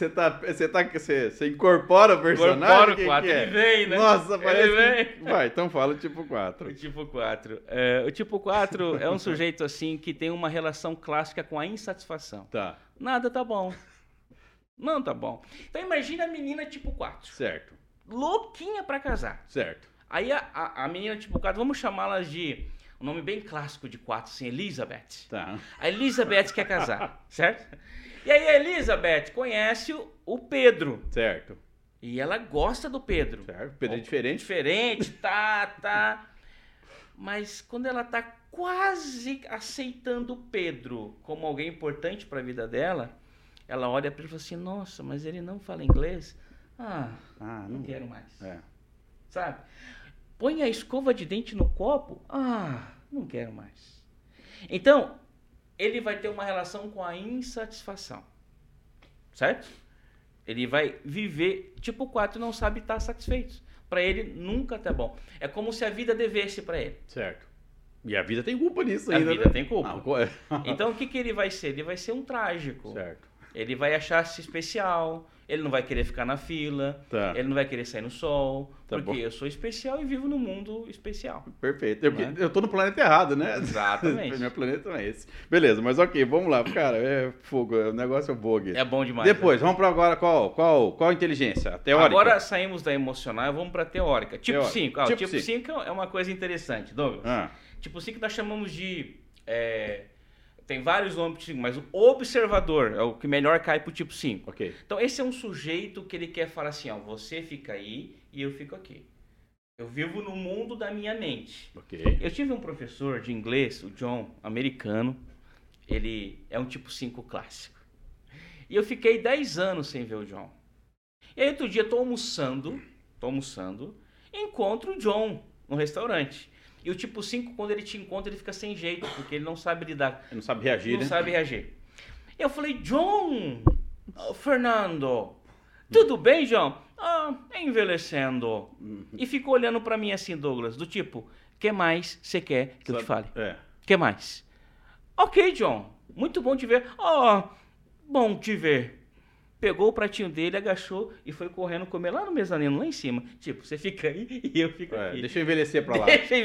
Você incorpora o personagem? Incorpora o Que 4, que é? ele vem, né? Nossa, parece Ele que... Vai, então fala o tipo 4. O tipo 4. O tipo 4 é um sujeito assim que tem uma relação clássica com a insatisfação. Tá. Nada tá bom. Não tá bom. Então imagina a menina tipo 4. Certo. Louquinha pra casar. Certo. Aí a menina tipo 4, vamos chamá-la de um nome bem clássico de 4, assim, Elizabeth. Tá. A Elizabeth quer casar, certo? E aí a Elizabeth conhece o Pedro. Certo. E ela gosta do Pedro. Certo. Pedro é diferente. Diferente, tá. Mas quando ela tá quase aceitando o Pedro como alguém importante para a vida dela, ela olha para ele e fala assim, nossa, mas ele não fala inglês? Não quero mais. Sabe? Põe a escova de dente no copo? Não quero mais. Então, ele vai ter uma relação com a insatisfação. Certo? Ele vai viver, tipo 4, não sabe estar satisfeito. Para ele, nunca tá bom. É como se a vida devesse para ele. Certo. E a vida tem culpa nisso A ainda, vida né? tem culpa. Então, o que ele vai ser? Ele vai ser um trágico. Certo. Ele vai achar-se especial, ele não vai querer ficar na fila, Tá. ele não vai querer sair no sol, Tá porque bom. eu sou especial e vivo num mundo especial. Perfeito. Né? Eu tô no planeta errado, né? Exatamente. Meu planeta não é esse. Beleza, mas ok, vamos lá. Cara, é fogo, o negócio é bogue. É bom demais. Depois, né? vamos para agora qual inteligência? A teórica? Agora saímos da emocional e vamos para a teórica. Tipo Teórica. 5. Tipo Tipo 5 é uma coisa interessante, Douglas. Tipo 5 nós chamamos de... tem vários nomes, mas o observador é o que melhor cai pro tipo 5. Ok. Então esse é um sujeito que ele quer falar assim, ó, você fica aí e eu fico aqui. Eu vivo no mundo da minha mente. Ok. Eu tive um professor de inglês, o John, americano, ele é um tipo 5 clássico. E eu fiquei 10 anos sem ver o John. E aí outro dia tô almoçando, encontro o John no restaurante. E o tipo 5, quando ele te encontra, ele fica sem jeito, porque ele não sabe lidar. Ele não sabe reagir, Não né? sabe reagir. Eu falei, John, Fernando, tudo bem, John? Envelhecendo. E ficou olhando pra mim assim, Douglas, do tipo, que mais você quer que eu te fale? Que mais? Ok, John, muito bom te ver. Bom te ver. Pegou o pratinho dele, agachou e foi correndo comer lá no mezanino, lá em cima. Tipo, você fica aí e eu fico aqui. Deixa eu envelhecer pra lá. Deixa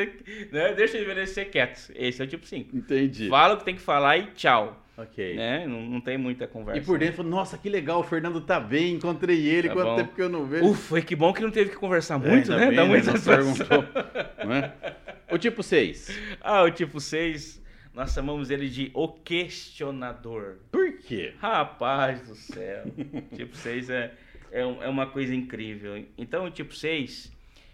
eu envelhecer quieto. Esse é o tipo 5. Entendi. Fala o que tem que falar e tchau. Ok. Né? Não tem muita conversa. E por dentro, nossa, que legal, o Fernando tá bem, encontrei ele, Tá quanto bom. tempo que eu não vejo. Ufa, que bom que não teve que conversar muito, ainda né? bem, Dá né? muita Não satisfação. perguntou, né? O tipo 6. O tipo 6, nós chamamos ele de o questionador. Por quê? Rapaz do céu. O tipo 6 é uma coisa incrível. Então, o tipo 6,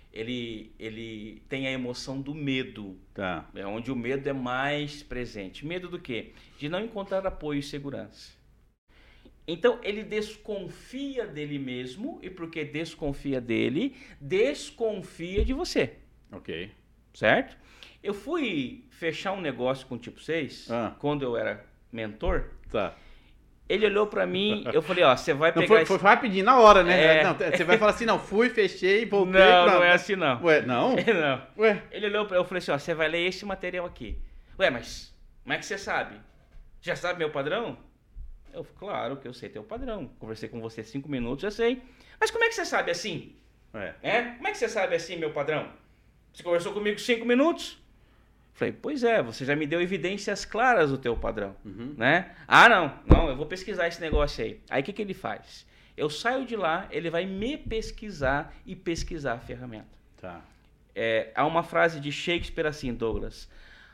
ele tem a emoção do medo. Tá. É onde o medo é mais presente. Medo do quê? De não encontrar apoio e segurança. Então, ele desconfia dele mesmo, e porque desconfia dele, desconfia de você. Ok. Certo? Eu fui fechar um negócio com o tipo 6, quando eu era mentor, Tá. ele olhou pra mim, eu falei, ó, você vai Não, pegar... foi rapidinho, na hora, né? É. Não, você vai falar assim, não, fui, fechei, voltei. Não, pronto. não é assim não. Ué, não? Não. Ué, Ele olhou pra eu falei assim, ó, você vai ler esse material aqui. Ué, mas como é que você sabe? Já sabe meu padrão? Eu falei, claro que eu sei teu padrão. Conversei com você 5 minutos, já sei. Mas como é que você sabe assim? Como é que você sabe assim, meu padrão? Você conversou comigo 5 minutos? Falei, pois é, você já me deu evidências claras do teu padrão, né? Ah, não, eu vou pesquisar esse negócio aí. Aí o que ele faz? Eu saio de lá, ele vai me pesquisar e pesquisar a ferramenta. Tá. Há uma frase de Shakespeare assim, Douglas,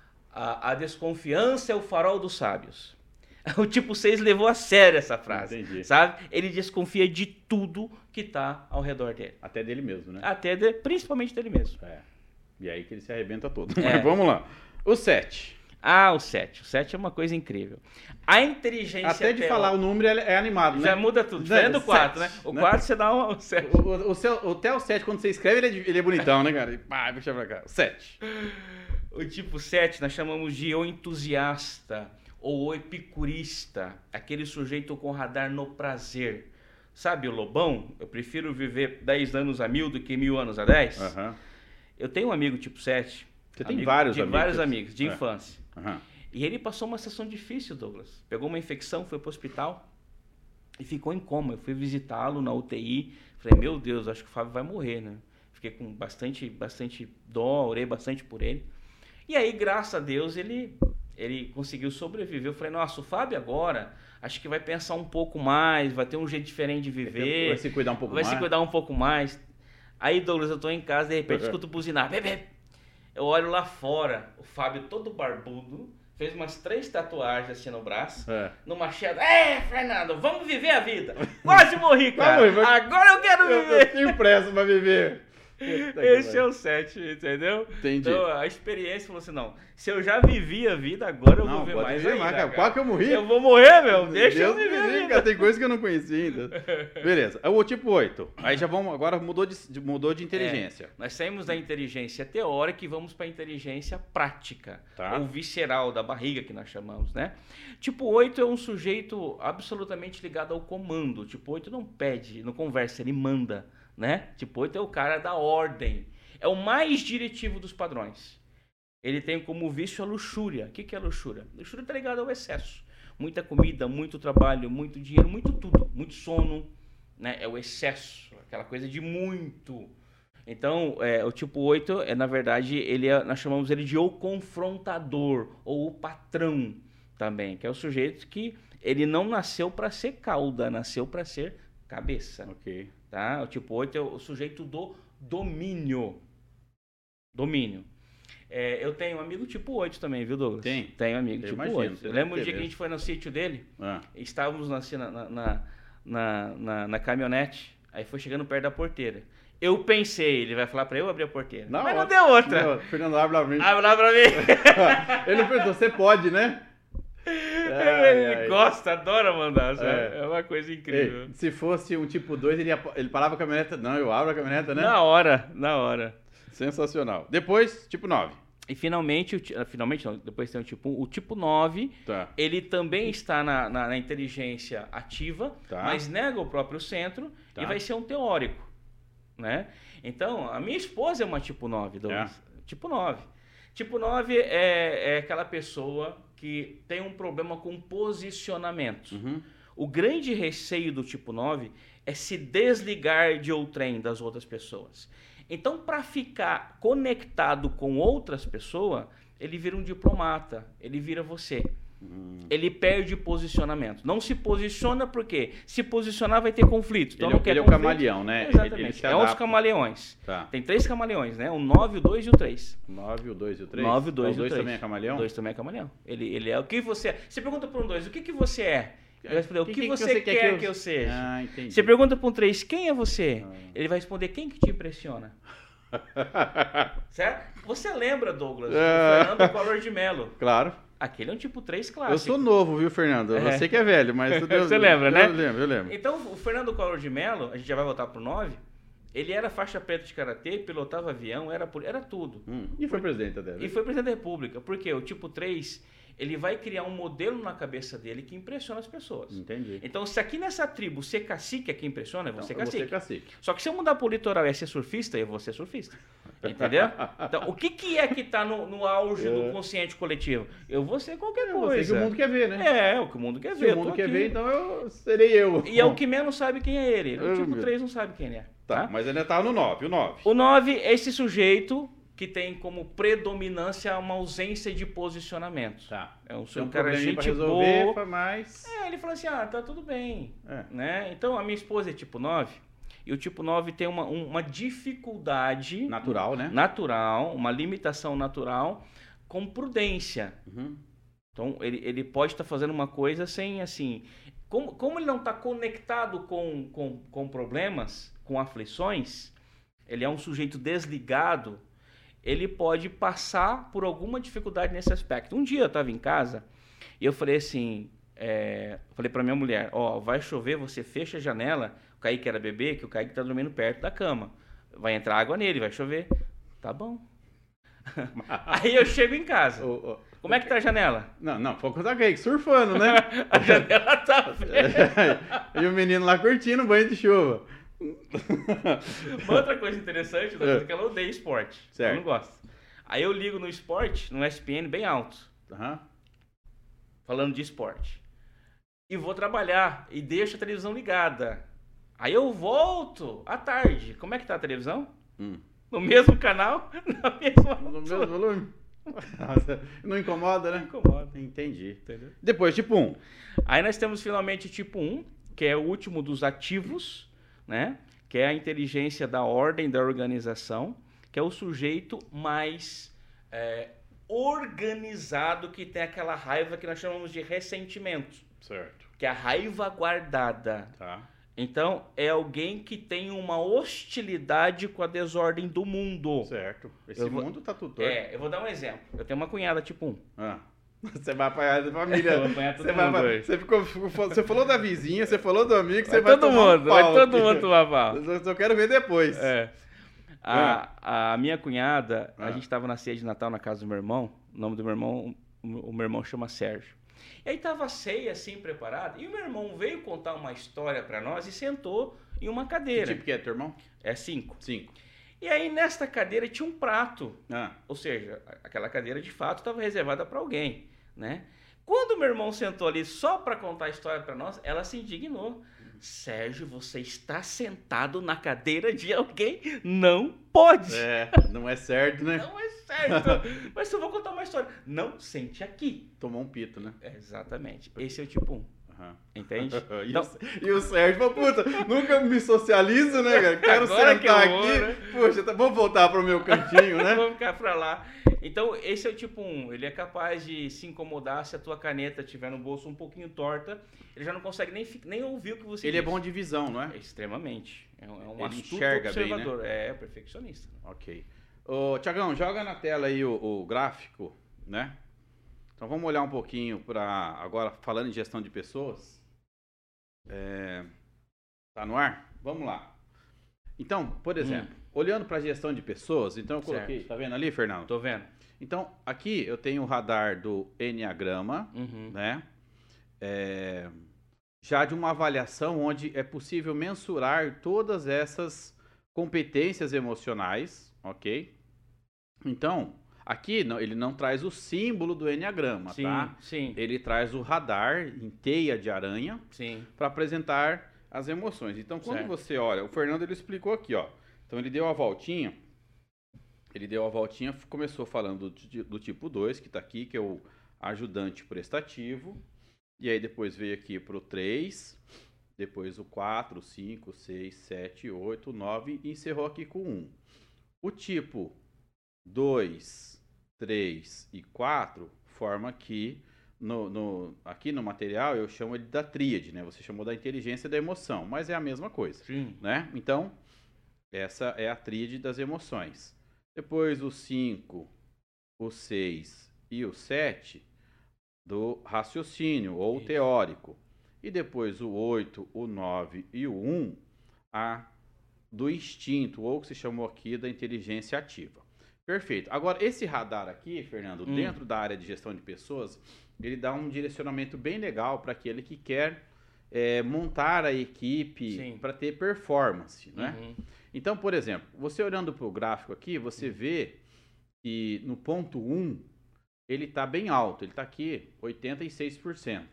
a desconfiança é o farol dos sábios. O tipo 6 levou a sério essa frase, Entendi. sabe? Ele desconfia de tudo que está ao redor dele. Até dele mesmo, né? Principalmente dele mesmo. E aí que ele se arrebenta todo. É. Mas vamos lá. O 7. Ah, o 7. O 7 é uma coisa incrível. A inteligência... Até de falar o número é animado, né? Já muda tudo. Diferente do 4, né? O 4 você dá um 7. Até o 7, quando você escreve, ele é bonitão, né, cara? Pá, puxa pra cá. 7. O tipo 7 nós chamamos de o entusiasta ou o epicurista. Aquele sujeito com radar no prazer. Sabe o Lobão? Eu prefiro viver 10 anos a 1000 do que 1000 anos a 10. Aham. Eu tenho um amigo tipo 7. Você tem vários amigos. Vários amigos, de infância. Aham. E ele passou uma sessão difícil, Douglas. Pegou uma infecção, foi pro hospital e ficou em coma. Eu fui visitá-lo na UTI. Falei, meu Deus, acho que o Fábio vai morrer, né? Fiquei com bastante dó, orei bastante por ele. E aí, graças a Deus, ele conseguiu sobreviver. Eu falei, nossa, o Fábio agora, acho que vai pensar um pouco mais, vai ter um jeito diferente de viver. Vai se cuidar um pouco mais. Vai se cuidar um pouco mais. Aí, Douglas, eu tô em casa, de repente, escuto buzinar. Bebê! Eu olho lá fora, o Fábio todo barbudo, fez umas 3 tatuagens assim no braço, no machado. Fernando, vamos viver a vida. Quase morri, cara. Agora eu quero viver. Eu tenho pressa pra viver. Esse é o 7, entendeu? Entendi. Então a experiência falou assim, não, se eu já vivi a vida, agora eu vou ver mais ainda, cara. Quase que eu morri. Eu vou morrer, meu, deixa eu viver a vida. Cara, tem coisa que eu não conhecia ainda. Beleza, o tipo 8. Aí já vamos, agora mudou de inteligência. Nós saímos da inteligência teórica e vamos para a inteligência prática, ou visceral, da barriga que nós chamamos, né? Tipo 8 é um sujeito absolutamente ligado ao comando. Tipo 8 não pede, não conversa, ele manda. Né? Tipo 8 é o cara da ordem. É o mais diretivo dos padrões. Ele tem como vício a luxúria. O que é luxúria? Luxúria está ligada ao excesso. Muita comida, muito trabalho, muito dinheiro, muito tudo. Muito sono. Né? É o excesso. Aquela coisa de muito. Então, o tipo 8, na verdade, nós chamamos ele de o confrontador. Ou o patrão também. Que é o sujeito que ele não nasceu para ser cauda. Nasceu para ser cabeça. Ok. Tá? O tipo 8 é o sujeito do domínio. Domínio. Eu tenho um amigo tipo 8 também, viu, Douglas? Tenho um amigo tipo 8. Eu lembro um dia que a gente foi no sítio dele, estávamos assim, na caminhonete, aí foi chegando perto da porteira. Eu pensei, ele vai falar pra eu abrir a porteira. Mas não deu outra. Fernando, abre lá pra mim. Abre lá pra mim. Ele não perguntou, você pode, né? Ele gosta, adora mandar, sabe? É uma coisa incrível. Se fosse um tipo 2, ele parava a caminhonete. Não, eu abro a caminhonete, né? Na hora. Sensacional. Depois, tipo 9. E finalmente não, depois tem o tipo 9, ele também está na inteligência ativa, mas nega o próprio centro e vai ser um teórico, né? Então, a minha esposa é uma tipo 9, Douglas. Tipo 9. Tipo 9 é aquela pessoa que tem um problema com posicionamento. O grande receio do tipo 9 é se desligar de outrem, das outras pessoas. Então, para ficar conectado com outras pessoas, ele vira um diplomata, ele vira você. Ele perde posicionamento. Não se posiciona porque se posicionar vai ter conflito. Então ele é o camaleão, né? Exatamente. É um dos camaleões. Tem 3 camaleões, né? O 9, o 2 e o 3. 9, o 2 e o 3? 9, o 2 e o 3. O 2 também é camaleão? O 2 também é camaleão. Ele é o que você é. Você pergunta para um 2, o que você é? Ele vai responder, o que você quer que eu seja? Entendi. Você pergunta para um 3, quem é você? Ele vai responder, quem que te impressiona? Certo? Você lembra, Douglas, do Fernando Collor de Mello? Claro. Aquele é um tipo 3 clássico. Eu sou novo, viu, Fernando? Você que é velho, mas... Você lembra, né? Eu lembro. Então, o Fernando Collor de Mello, a gente já vai voltar pro 9, ele era faixa preta de karatê, pilotava avião, era tudo. E foi presidente até. E foi presidente da República. Porque o tipo 3, ele vai criar um modelo na cabeça dele que impressiona as pessoas. Entendi. Então, se aqui nessa tribo ser cacique é que impressiona, eu vou ser cacique. Eu vou ser cacique. Só que se eu mudar pro litoral e ser surfista, eu vou ser surfista. Entendeu? Então, o que é que tá no auge do consciente coletivo? Eu vou ser qualquer coisa. Você que o mundo quer ver, né? É o que o mundo quer Se ver. o mundo quer ver, então eu serei eu. E é o que menos sabe quem é ele. O tipo 3 não sabe quem ele é. Tá, mas ainda tá no 9, o 9. O 9 é esse sujeito que tem como predominância uma ausência de posicionamento. Tá. É um cara gente pra resolver, boa. mas... Ele falou assim, tá tudo bem. Né? Então, a minha esposa é tipo 9, e o tipo 9 tem uma dificuldade... Natural, né? Natural, uma limitação natural com prudência. Uhum. Então, ele pode estar fazendo uma coisa sem, assim... Como ele não está conectado com problemas, com aflições, ele é um sujeito desligado, ele pode passar por alguma dificuldade nesse aspecto. Um dia eu estava em casa e eu falei assim, falei para minha mulher, vai chover, você fecha a janela, o Kaique era bebê, que o Kaique está dormindo perto da cama, vai entrar água nele, vai chover. Tá bom. Aí eu chego em casa. Como é que tá a janela? Não, foi com o Kaique surfando, né? A janela tá E o menino lá curtindo o banho de chuva. Uma outra coisa interessante é que ela odeia esporte. Certo. Ela não gosta. Aí eu ligo no esporte, no ESPN, bem alto. Uhum. Falando de esporte. E vou trabalhar e deixo a televisão ligada. Aí eu volto à tarde. Como é que tá a televisão? No mesmo canal? No mesmo volume? Não incomoda, né? Não incomoda. Entendi. Entendeu? Depois, tipo 1. Aí nós temos finalmente tipo 1, que é o último dos ativos, né? Que é a inteligência da ordem da organização, que é o sujeito mais organizado, que tem aquela raiva que nós chamamos de ressentimento. Certo. Que é a raiva guardada. Tá. Então, é alguém que tem uma hostilidade com a desordem do mundo. Certo. Esse mundo tá tudo torto. Eu vou dar um exemplo. Eu tenho uma cunhada tipo 1. Você vai apanhar da família. Eu vou apanhar todo mundo. Você falou da vizinha, você falou do amigo, vai todo mundo tomar pau. Eu só quero ver depois. A minha cunhada, a gente estava na ceia de Natal na casa do meu irmão. O nome do meu irmão, o meu irmão chama Sérgio. E aí tava a ceia assim preparada, e o meu irmão veio contar uma história para nós e sentou em uma cadeira. Que tipo que é, teu irmão? É 5. 5. E aí nesta cadeira tinha um prato. Ah. Ou seja, aquela cadeira de fato estava reservada para alguém, né? Quando o meu irmão sentou ali só para contar a história para nós, ela se indignou. Sérgio, você está sentado na cadeira de alguém? Não pode. É, não é certo, né? Não é certo. Mas eu vou contar uma história. Não, sente aqui. Tomou um pito, né? Exatamente. Esse é o tipo 1. Uhum. Entende? E o Sérgio falou, puta, nunca me socializo, né, cara? Quero Agora sentar que eu vou, aqui. né? Poxa, vamos voltar pro meu cantinho, né? Vamos ficar pra lá. Então, esse é o tipo 1. Ele é capaz de se incomodar se a tua caneta estiver no bolso um pouquinho torta. Ele já não consegue nem ouvir o que você diz. Ele é bom de visão, não é? Extremamente. É um ele astuto enxerga observador. bem, né? É perfeccionista. Ok. Ô, Tiagão, joga na tela aí o gráfico, né? Então vamos olhar um pouquinho para agora, falando em gestão de pessoas. Tá no ar? Vamos lá. Então, por exemplo, olhando para a gestão de pessoas, então eu coloquei, certo. Tá vendo ali, Fernando? Tô vendo. Então, aqui eu tenho o radar do Enneagrama, né? Já de uma avaliação onde é possível mensurar todas essas competências emocionais, ok? Então, aqui ele não traz o símbolo do Enneagrama, sim, tá? Sim. Ele traz o radar em teia de aranha para apresentar as emoções. Então, quando você olha, o Fernando ele explicou aqui, ó. Então, ele deu a voltinha, começou falando do tipo 2, que está aqui, que é o ajudante prestativo. E aí depois veio aqui para o 3, depois o 4, o 5, 6, 7, 8, 9 e encerrou aqui com 1. O tipo 2, 3 e 4 forma aqui, aqui no material eu chamo ele da tríade, né? Você chamou da inteligência da emoção, mas é a mesma coisa. Sim. Né? Então, essa é a tríade das emoções. Depois o 5, o 6 e o 7 do raciocínio ou isso. Teórico. E depois o 8, o 9 e o 1 do instinto, ou que se chamou aqui da inteligência ativa. Perfeito. Agora, esse radar aqui, Fernando, dentro da área de gestão de pessoas, ele dá um direcionamento bem legal para aquele que quer montar a equipe para ter performance, né? Então, por exemplo, você olhando para o gráfico aqui, você vê que no ponto 1, ele está bem alto, ele está aqui 86%.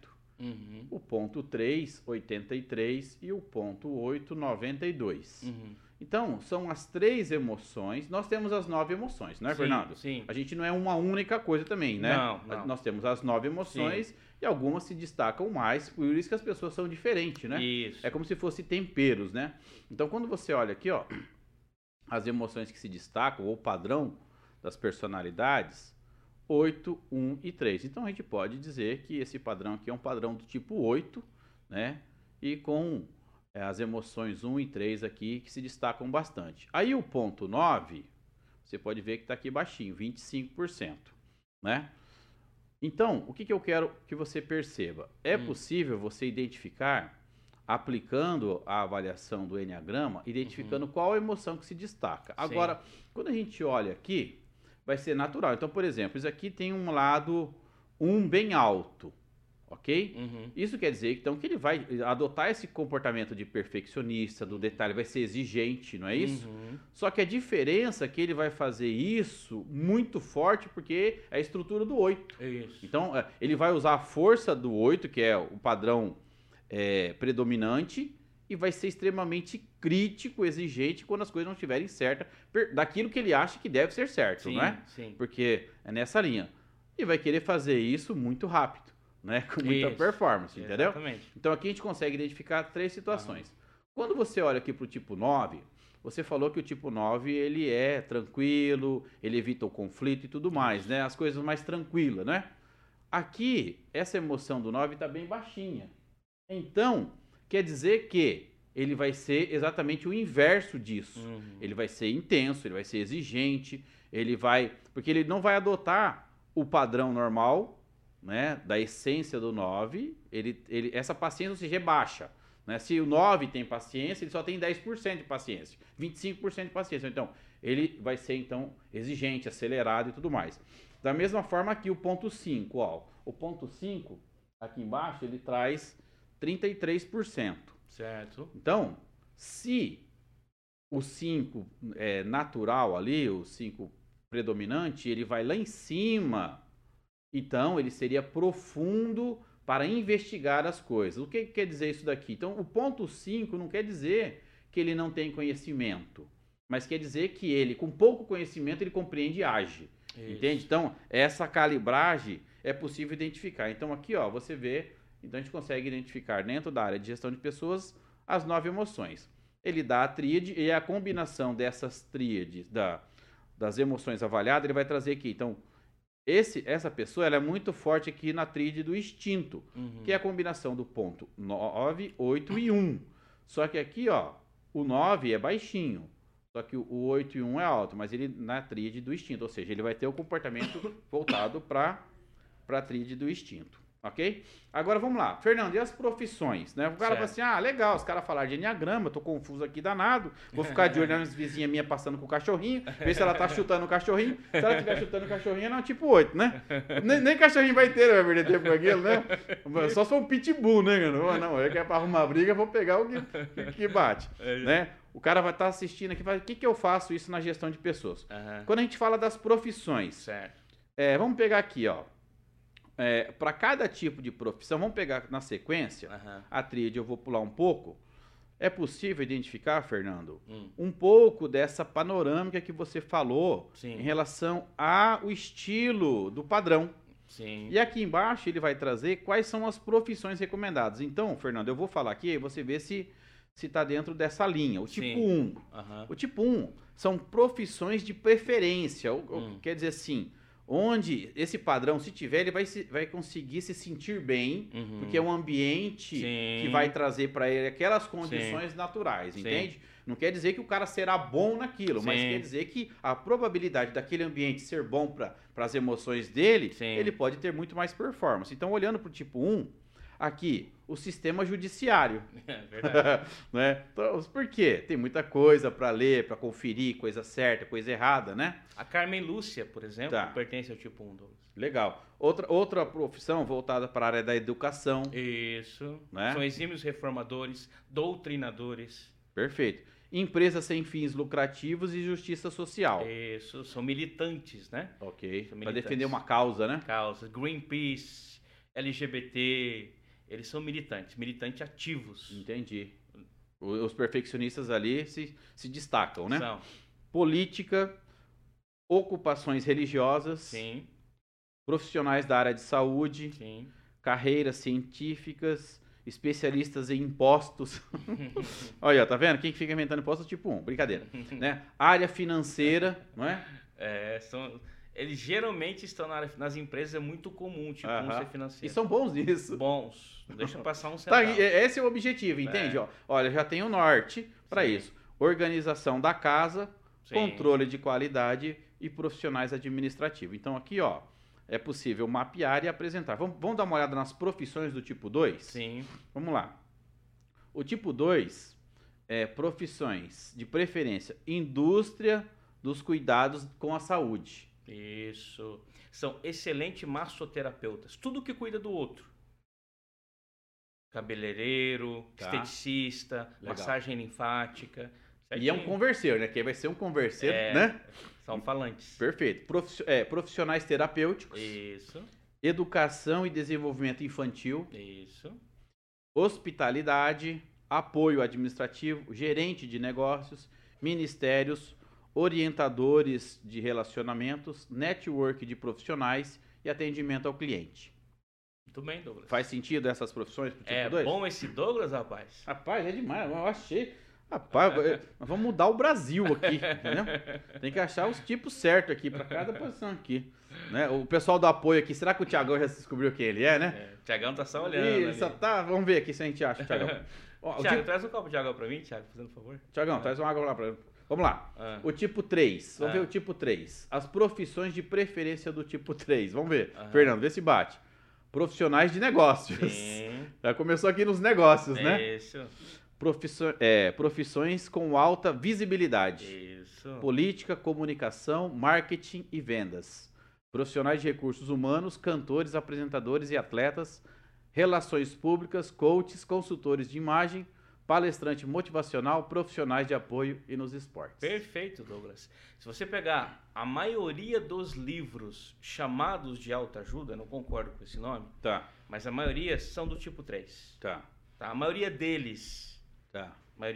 O ponto 3, 83% e o ponto 8, 92%. Então, são as 3 emoções. Nós temos as 9 emoções, né, Fernando? Sim. A gente não é uma única coisa também, né? Não. Nós temos as 9 emoções e algumas se destacam mais, por isso que as pessoas são diferentes, né? Isso. É como se fossem temperos, né? Então, quando você olha aqui, ó, as emoções que se destacam, ou o padrão das personalidades, 8, 1 e 3. Então, a gente pode dizer que esse padrão aqui é um padrão do tipo 8, né? E com as emoções 1 e 3 aqui que se destacam bastante. Aí o ponto 9, você pode ver que está aqui baixinho, 25%, né? Então, o que eu quero que você perceba? É possível você identificar, aplicando a avaliação do Enneagrama, identificando qual a emoção que se destaca. Agora, quando a gente olha aqui, vai ser natural. Então, por exemplo, isso aqui tem um lado 1 bem alto. Ok? Isso quer dizer então que ele vai adotar esse comportamento de perfeccionista, do detalhe, vai ser exigente, não é isso? Só que a diferença é que ele vai fazer isso muito forte porque é a estrutura do 8. Isso. Então, ele vai usar a força do 8, que é o padrão predominante, e vai ser extremamente crítico, exigente quando as coisas não estiverem certas, daquilo que ele acha que deve ser certo, não é? Sim. Porque é nessa linha. E vai querer fazer isso muito rápido. Né? Com muita performance, entendeu? Exatamente. Então aqui a gente consegue identificar 3 situações. Quando você olha aqui para o tipo 9, você falou que o tipo 9 ele é tranquilo, ele evita o conflito e tudo mais, né? As coisas mais tranquilas, né? Aqui, essa emoção do 9 está bem baixinha. Então, quer dizer que ele vai ser exatamente o inverso disso. Ele vai ser intenso, ele vai ser exigente, porque ele não vai adotar o padrão normal, né, da essência do 9, essa paciência, ou seja, é baixa. Né? Se o 9 tem paciência, ele só tem 10% de paciência, 25% de paciência. Então, ele vai ser então exigente, acelerado e tudo mais. Da mesma forma aqui o ponto 5, ó, o ponto 5, aqui embaixo, ele traz 33%. Certo. Então, se o 5 é natural ali, o 5 predominante, ele vai lá em cima. Então, ele seria profundo para investigar as coisas. O que quer dizer isso daqui? Então, o ponto 5 não quer dizer que ele não tem conhecimento, mas quer dizer que ele, com pouco conhecimento, ele compreende e age. Isso. Entende? Então, essa calibragem é possível identificar. Então, aqui, ó, você vê, então a gente consegue identificar dentro da área de gestão de pessoas as 9 emoções. Ele dá a tríade e a combinação dessas tríades, das emoções avaliadas, ele vai trazer aqui. Então, essa pessoa ela é muito forte aqui na tríade do instinto, que é a combinação do ponto 9, 8 e 1. Só que aqui, ó, o 9 é baixinho, só que o 8 e 1 é alto, mas ele na tríade do instinto, ou seja, ele vai ter o comportamento voltado para a tríade do instinto. Ok? Agora vamos lá. Fernando, e as profissões? Né? O cara fala assim, legal, os caras falaram de enneagrama, eu tô confuso aqui danado, vou ficar de olho nas vizinhas minhas passando com o cachorrinho, ver se ela tá chutando o cachorrinho. Se ela estiver chutando o cachorrinho, não, tipo 8, né? Nem cachorrinho vai ter, vai perder tempo com aquilo, né? Só se for um pitbull, né? Não, eu quero pra arrumar briga, vou pegar o que bate, né? O cara vai estar assistindo aqui e fala, o que eu faço isso na gestão de pessoas? Quando a gente fala das profissões, vamos pegar aqui, ó. Para cada tipo de profissão, vamos pegar na sequência, a tríade eu vou pular um pouco, é possível identificar, Fernando, um pouco dessa panorâmica que você falou em relação ao estilo do padrão. Sim. E aqui embaixo ele vai trazer quais são as profissões recomendadas. Então, Fernando, eu vou falar aqui e você vê se está dentro dessa linha. O tipo 1. O tipo 1 são profissões de preferência, quer dizer assim, onde esse padrão, se tiver, ele vai conseguir se sentir bem, porque é um ambiente que vai trazer para ele aquelas condições naturais, entende? Não quer dizer que o cara será bom naquilo, mas quer dizer que a probabilidade daquele ambiente ser bom para as emoções dele, ele pode ter muito mais performance. Então, olhando para o tipo 1, Aqui, o sistema judiciário. É verdade. Né? Então, por quê? Tem muita coisa para ler, para conferir, coisa certa, coisa errada, né? A Carmen Lúcia, por exemplo, Tá. pertence ao tipo 1, Douglas. Legal. Outra profissão voltada para a área da educação. Isso. Né? São exímios reformadores, doutrinadores. Perfeito. Empresas sem fins lucrativos e justiça social. Isso. São militantes, né? Ok. Para militantes. defender uma causa, né? Causas. Greenpeace, LGBT. Eles são militantes ativos. Entendi. Os perfeccionistas ali se destacam, né? São. Política, ocupações religiosas, Sim, profissionais da área de saúde, sim. carreiras científicas, especialistas em impostos. Olha, tá vendo? Quem que fica inventando impostos tipo 1, brincadeira. Né? Área financeira, não é? Eles geralmente estão nas empresas, é muito comum, tipo, um ser E financeiro. são bons nisso. Bons. Não deixa passar um Tá, centavo. esse é o objetivo, entende? Ó, olha, já tem o norte para Sim. isso. Organização da casa, Sim. controle de qualidade e profissionais administrativos. Então aqui, ó, é possível mapear e apresentar. Vamos dar uma olhada nas profissões do tipo 2? Sim. Vamos lá. O tipo 2 é profissões, de preferência, indústria dos cuidados com a saúde. Isso. São excelentes massoterapeutas. Tudo que cuida do outro. Cabeleireiro, Tá. esteticista, Legal. massagem linfática. E é um certinho. converseiro, né? Que vai ser um converseiro, né? São falantes. Perfeito. Profissionais terapêuticos, Isso, educação e desenvolvimento infantil, isso. hospitalidade, apoio administrativo, gerente de negócios, ministérios, orientadores de relacionamentos, network de profissionais e atendimento ao cliente. Muito bem, Douglas. Faz sentido essas profissões pro tipo É 2? bom esse Douglas, rapaz? Rapaz, é demais. Eu achei. Rapaz, nós vamos mudar o Brasil aqui, entendeu? Tem que achar os tipos certos aqui para cada posição aqui. Né? O pessoal do apoio aqui, será que o Thiagão já descobriu quem ele é, né? O Thiagão tá só olhando. Ele ali. só tá. Vamos ver aqui se a gente acha, Thiagão. Ó, o Thiago, tipo- traz um copo de água pra mim, Thiago, fazendo favor. Thiagão, traz uma água lá pra ele. Vamos lá. Ah. O tipo 3. Vamos Ah. ver o tipo 3. As profissões de preferência do tipo 3. Vamos ver. Aham. Fernando, vê se bate. Profissionais de negócios. Sim. Já começou aqui nos negócios, né? Isso. Profissões com alta visibilidade. Isso. Política, comunicação, marketing e vendas. Profissionais de recursos humanos, cantores, apresentadores e atletas. Relações públicas, coaches, consultores de imagem, palestrante motivacional, profissionais de apoio e nos esportes. Perfeito, Douglas. Se você pegar a maioria dos livros chamados de autoajuda, não concordo com esse nome, Tá, mas a maioria são do tipo 3. tá, Tá? A maioria deles. tá.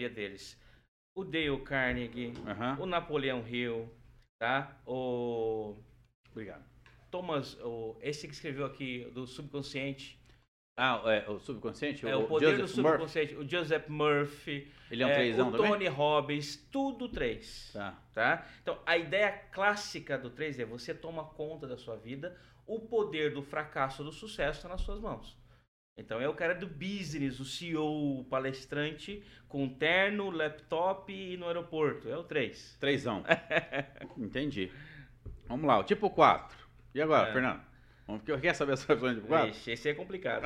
O Dale Carnegie, Aham. o Napoleão Hill, tá? O Obrigado. Thomas, esse que escreveu aqui do subconsciente. O subconsciente? O poder do Joseph Murphy? subconsciente. O Joseph Murphy. Ele é um trêsão o também? Tony Robbins, tudo 3. Tá. Tá? Então, a ideia clássica do 3 é você toma conta da sua vida, o poder do fracasso ou do sucesso está nas suas mãos. Então, é o cara do business, o CEO, o palestrante, com terno, laptop e no aeroporto. É o 3. Trêsão. Entendi. Vamos lá, o tipo 4. E agora, Fernando? Quer saber as profissões do tipo 4? Ixi, esse é complicado.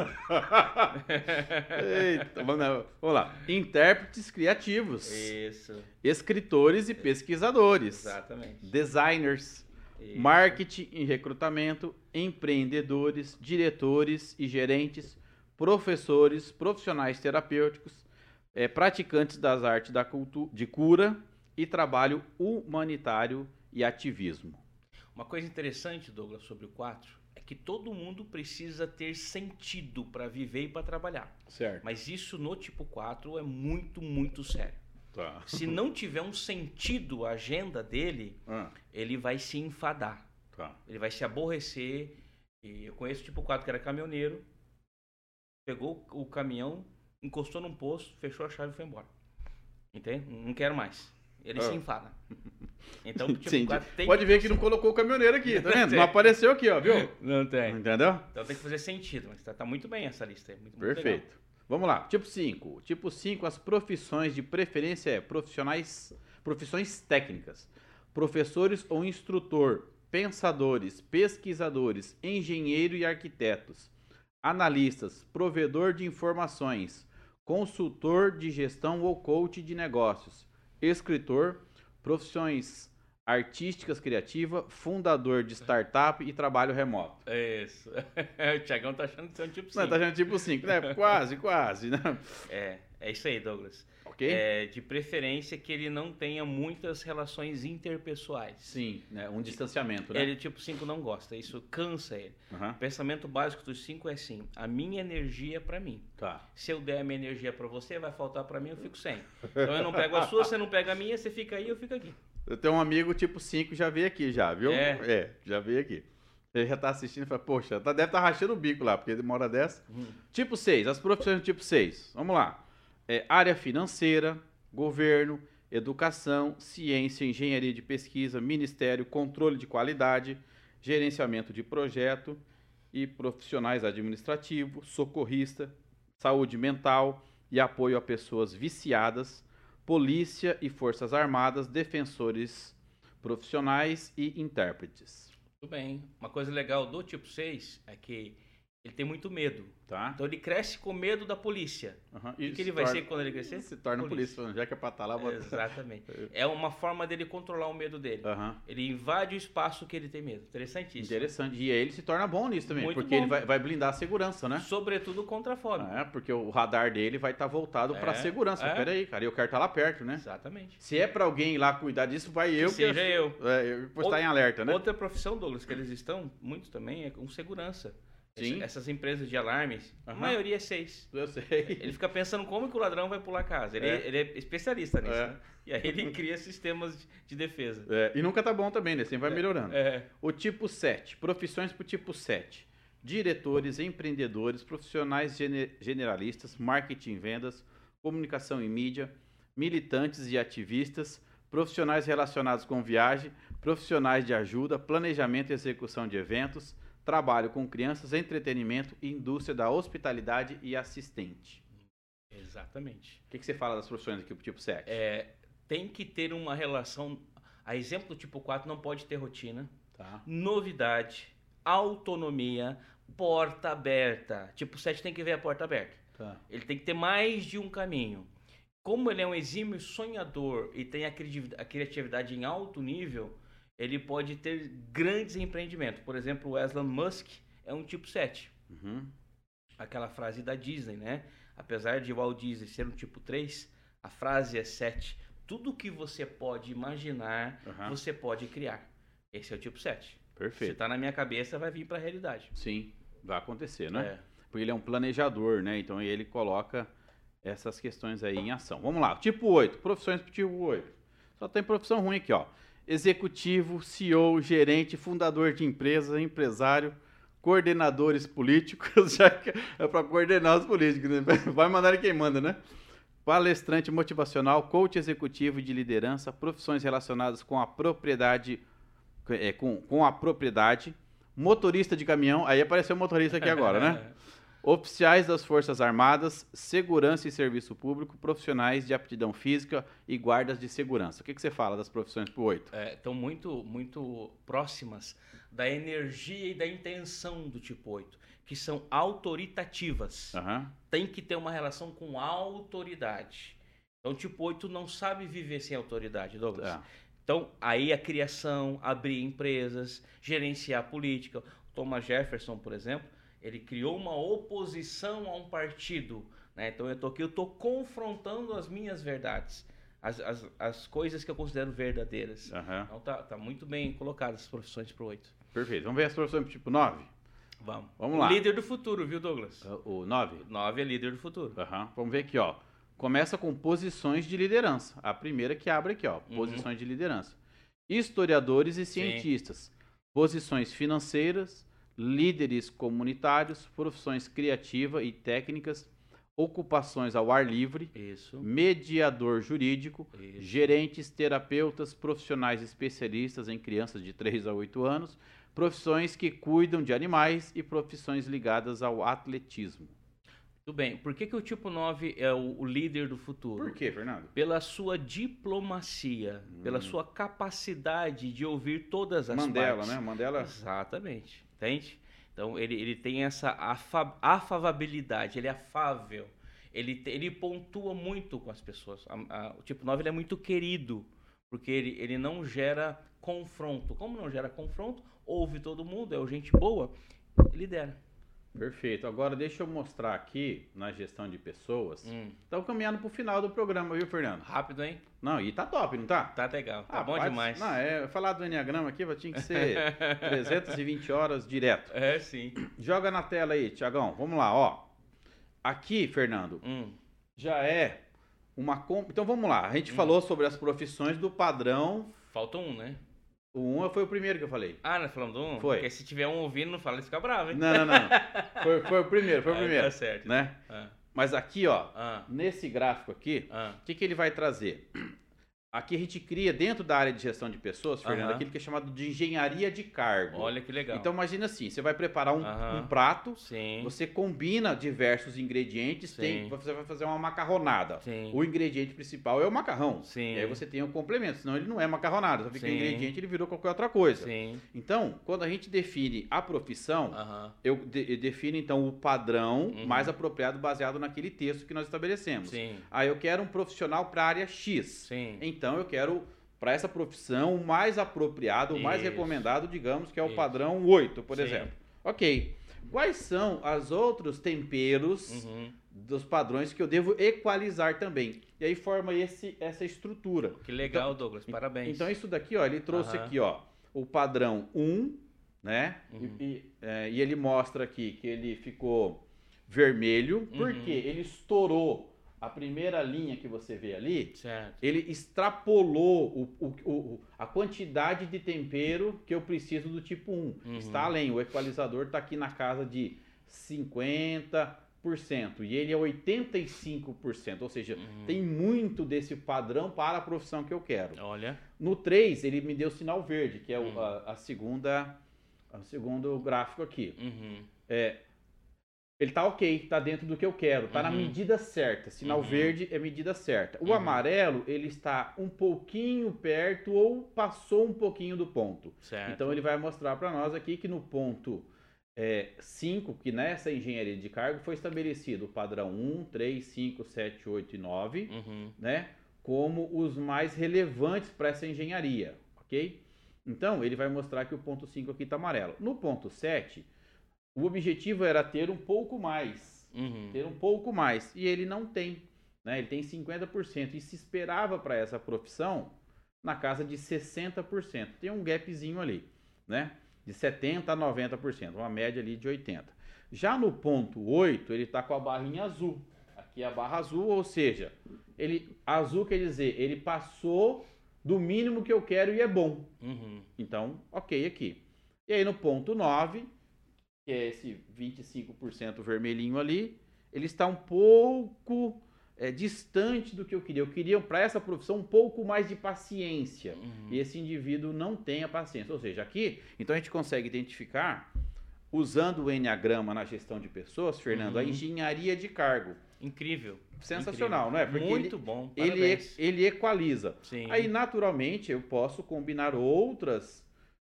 Eita, vamos lá. Intérpretes criativos. Isso, Escritores e pesquisadores. exatamente. Designers. Isso. Marketing e recrutamento. Empreendedores, diretores e gerentes. Professores, profissionais terapêuticos. Praticantes das artes de cura e trabalho humanitário e ativismo. Uma coisa interessante, Douglas, sobre o 4 é que todo mundo precisa ter sentido para viver e para trabalhar. Certo. Mas isso no tipo 4 é muito, muito sério. Tá. Se não tiver um sentido a agenda dele, ele vai se enfadar. Tá. Ele vai se aborrecer. E eu conheço o tipo 4 que era caminhoneiro, pegou o caminhão, encostou num posto, fechou a chave e foi embora. Entende? Não quero mais. Ele se enfada. Então, o tipo 4 tem Pode ver que não colocou o caminhoneiro aqui, tá vendo? Não apareceu aqui, ó, viu? Não tem. Entendeu? Então tem que fazer sentido, mas tá muito bem essa lista aí. Muito Perfeito. legal. Vamos lá. Tipo 5. Tipo 5, as profissões de preferência profissões técnicas. Professores ou instrutor, pensadores, pesquisadores, engenheiro e arquitetos. analistas, provedor de informações, consultor de gestão ou coach de negócios, escritor, profissões artísticas criativas, fundador de startup e trabalho remoto. Isso. O Thiagão tá achando que você é um tipo 5. Não, tá achando tipo 5, né? Quase, né? É isso aí, Douglas. Ok? De preferência que ele não tenha muitas relações interpessoais. Sim, né? Um distanciamento, né? Ele, tipo 5, não gosta. Isso cansa ele. O pensamento básico dos 5 é assim: a minha energia é pra mim. Tá. Se eu der a minha energia pra você, vai faltar pra mim, eu fico sem. Então eu não pego a sua, você não pega a minha, você fica aí, eu fico aqui. Eu tenho um amigo tipo 5, já veio aqui já, viu? Já veio aqui. Ele já tá assistindo e fala, poxa, deve estar rachando o bico lá, porque demora dessa. Tipo 6, as profissões do tipo 6. Vamos lá. Área financeira, governo, educação, ciência, engenharia de pesquisa, ministério, controle de qualidade, gerenciamento de projeto e profissionais administrativos, socorrista, saúde mental e apoio a pessoas viciadas, polícia e forças armadas, defensores profissionais e intérpretes. Tudo bem. Uma coisa legal do tipo 6 é que ele tem muito medo. Tá. Então ele cresce com medo da polícia. O que ele vai ser quando ele crescer? Se torna polícia, já que é pra estar lá. Exatamente. É uma forma dele controlar o medo dele. Ele invade o espaço que ele tem medo. Interessantíssimo. Interessante. E aí ele se torna bom nisso também, Muito porque bom. ele vai blindar a segurança, né? Sobretudo contra a fome. Porque o radar dele vai estar voltado pra segurança. Pera aí, cara, eu quero estar lá perto, né? Exatamente. Se é pra alguém ir lá cuidar disso, vai eu. Seja eu. Eu vou estar em alerta, né? Outra profissão, Douglas, que eles estão muito também é com segurança. Sim. Essas empresas de alarmes, a maioria é 6. Eu sei. Ele fica pensando como que o ladrão vai pular a casa. Ele é especialista nisso, né? E aí ele cria sistemas de defesa. E nunca tá bom também, né? Sempre vai melhorando. O tipo 7, profissões pro tipo 7. Diretores, empreendedores, profissionais generalistas, marketing e vendas, comunicação e mídia, militantes e ativistas, profissionais relacionados com viagem, profissionais de ajuda, planejamento e execução de eventos, trabalho com crianças, entretenimento, indústria da hospitalidade e assistente. Exatamente. O que você fala das profissões aqui pro tipo 7? Tem que ter uma relação... A exemplo do tipo 4 não pode ter rotina, Tá. novidade, autonomia, porta aberta. Tipo 7 tem que ver a porta aberta. Tá. Ele tem que ter mais de um caminho. Como ele é um exímio sonhador e tem a criatividade em alto nível, ele pode ter grandes empreendimentos. Por exemplo, o Elon Musk é um tipo 7. Aquela frase da Disney, né? Apesar de Walt Disney ser um tipo 3, a frase é 7. Tudo que você pode imaginar, você pode criar. Esse é o tipo 7. Perfeito. Se tá na minha cabeça, vai vir para a realidade. Sim, vai acontecer, né? Porque ele é um planejador, né? Então ele coloca essas questões aí em ação. Vamos lá, tipo 8, profissões pro tipo 8. Só tem profissão ruim aqui, ó. Executivo, CEO, gerente, fundador de empresa, empresário, coordenadores políticos, já que é para coordenar os políticos, né? Vai mandar quem manda, né? Palestrante motivacional, coach executivo de liderança, profissões relacionadas com a propriedade, com a propriedade, motorista de caminhão, aí apareceu o motorista aqui agora, né? Oficiais das Forças Armadas, segurança e serviço público, profissionais de aptidão física e guardas de segurança. O que você fala das profissões pro 8? Estão muito próximas da energia e da intenção do tipo 8, que são autoritativas. Tem que ter uma relação com autoridade. Então o tipo 8 não sabe viver sem autoridade, Douglas. Então aí a criação, abrir empresas, gerenciar política. O Thomas Jefferson, por exemplo, ele criou uma oposição a um partido, né? Então eu estou confrontando as minhas verdades, as coisas que eu considero verdadeiras. Então tá muito bem colocadas as profissões para o 8. Perfeito. Vamos ver as profissões pro tipo 9? Vamos lá. Líder do futuro, viu, Douglas? O 9? 9 é líder do futuro. Vamos ver aqui, ó. Começa com posições de liderança. A primeira que abre aqui, ó. Posições de liderança. Historiadores e cientistas. Posições financeiras, líderes comunitários, profissões criativas e técnicas, ocupações ao ar livre, mediador jurídico, gerentes, terapeutas, profissionais especialistas em crianças de 3 a 8 anos, profissões que cuidam de animais e profissões ligadas ao atletismo. Tudo bem. Por que o tipo 9 é o líder do futuro? Por quê, Fernando? Pela sua diplomacia, pela sua capacidade de ouvir todas as partes. Mandela, né? Mandela. Exatamente. Entende? Então, ele tem essa afabilidade, ele é afável, ele pontua muito com as pessoas. O tipo 9 ele é muito querido, porque ele não gera confronto. Como não gera confronto, ouve todo mundo, é o gente boa, lidera. Perfeito. Agora deixa eu mostrar aqui na gestão de pessoas. Estamos caminhando para o final do programa, viu, Fernando? Rápido, hein? Não, e tá top, não tá? Tá legal, tá bom demais. Não, falar do Enneagrama aqui tinha que ser 320 horas direto. É, sim. Joga na tela aí, Tiagão. Vamos lá, ó. Aqui, Fernando, já é uma... Então vamos lá. A gente falou sobre as profissões do padrão... Falta um, né? O 1 foi o primeiro que eu falei. Ah, nós falamos do 1? Foi. Porque se tiver um ouvindo, não fala, ele fica bravo, hein? Não. Foi o primeiro, Tá certo. Né? Mas aqui, ó, nesse gráfico aqui, o que ele vai trazer? Aqui a gente cria dentro da área de gestão de pessoas, Fernando, aquilo que é chamado de engenharia de cargo. Olha que legal. Então imagina assim, você vai preparar um prato, você combina diversos ingredientes, você vai fazer uma macarronada. O ingrediente principal é o macarrão. E aí você tem um complemento, senão ele não é macarronada, só fica ingrediente, ele virou qualquer outra coisa. Então, quando a gente define a profissão, eu defino então o padrão mais apropriado baseado naquele texto que nós estabelecemos. Aí eu quero um profissional para a área X. Então eu quero, para essa profissão, o mais apropriado, o mais recomendado, digamos, que é o padrão 8, por exemplo. Ok. Quais são os outros temperos dos padrões que eu devo equalizar também? E aí forma essa estrutura. Que legal, então, Douglas, parabéns. Então isso daqui, ó, ele trouxe aqui, ó, o padrão 1, né? E ele mostra aqui que ele ficou vermelho, porque ele estourou a primeira linha que você vê ali, ele extrapolou a quantidade de tempero que eu preciso do tipo 1. Está além, o equalizador está aqui na casa de 50%, e ele é 85%, ou seja, tem muito desse padrão para a profissão que eu quero. Olha. No 3, ele me deu sinal verde, que é o segundo gráfico aqui. Ele tá ok, tá dentro do que eu quero, tá na medida certa. Sinal verde é medida certa. O amarelo, ele está um pouquinho perto ou passou um pouquinho do ponto. Então ele vai mostrar para nós aqui que no ponto 5, que nessa engenharia de cargo foi estabelecido o padrão 1, 3, 5, 7, 8 e 9, né, como os mais relevantes para essa engenharia, ok? Então ele vai mostrar que o ponto 5 aqui tá amarelo. No ponto 7... o objetivo era ter um pouco mais, e ele não tem, né? Ele tem 50%, e se esperava para essa profissão na casa de 60%. Tem um gapzinho ali, né? De 70% a 90%, uma média ali de 80%. Já no ponto 8, ele está com a barrinha azul. Aqui é a barra azul, ou seja, azul quer dizer, ele passou do mínimo que eu quero e é bom. Então, ok aqui. E aí no ponto 9... que é esse 25% vermelhinho ali, ele está um pouco distante do que eu queria. Eu queria, para essa profissão, um pouco mais de paciência. E esse indivíduo não tem a paciência. Ou seja, aqui, então a gente consegue identificar, usando o Enneagrama na gestão de pessoas, Fernando, a engenharia de cargo. Incrível. Sensacional, incrível. Não é? Porque muito bom. Ele equaliza. Aí, naturalmente, eu posso combinar outras...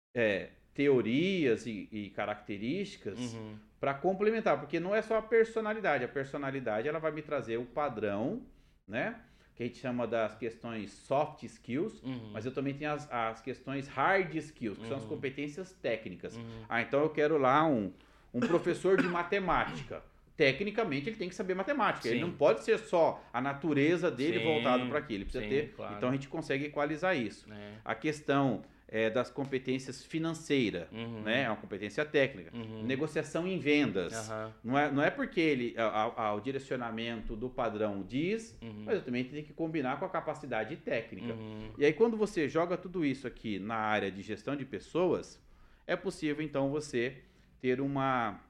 teorias e características para complementar, porque não é só a personalidade ela vai me trazer o padrão, né, que a gente chama das questões soft skills, mas eu também tenho as questões hard skills, que são as competências técnicas. Então eu quero lá um professor de matemática. Tecnicamente ele tem que saber matemática, ele não pode ser só a natureza dele voltado para aquilo, ele precisa ter, claro. Então a gente consegue equalizar isso. A questão das competências financeiras, né? É uma competência técnica. Negociação em vendas. Não é porque o direcionamento do padrão diz, mas eu também tenho que combinar com a capacidade técnica. E aí quando você joga tudo isso aqui na área de gestão de pessoas, é possível então você ter uma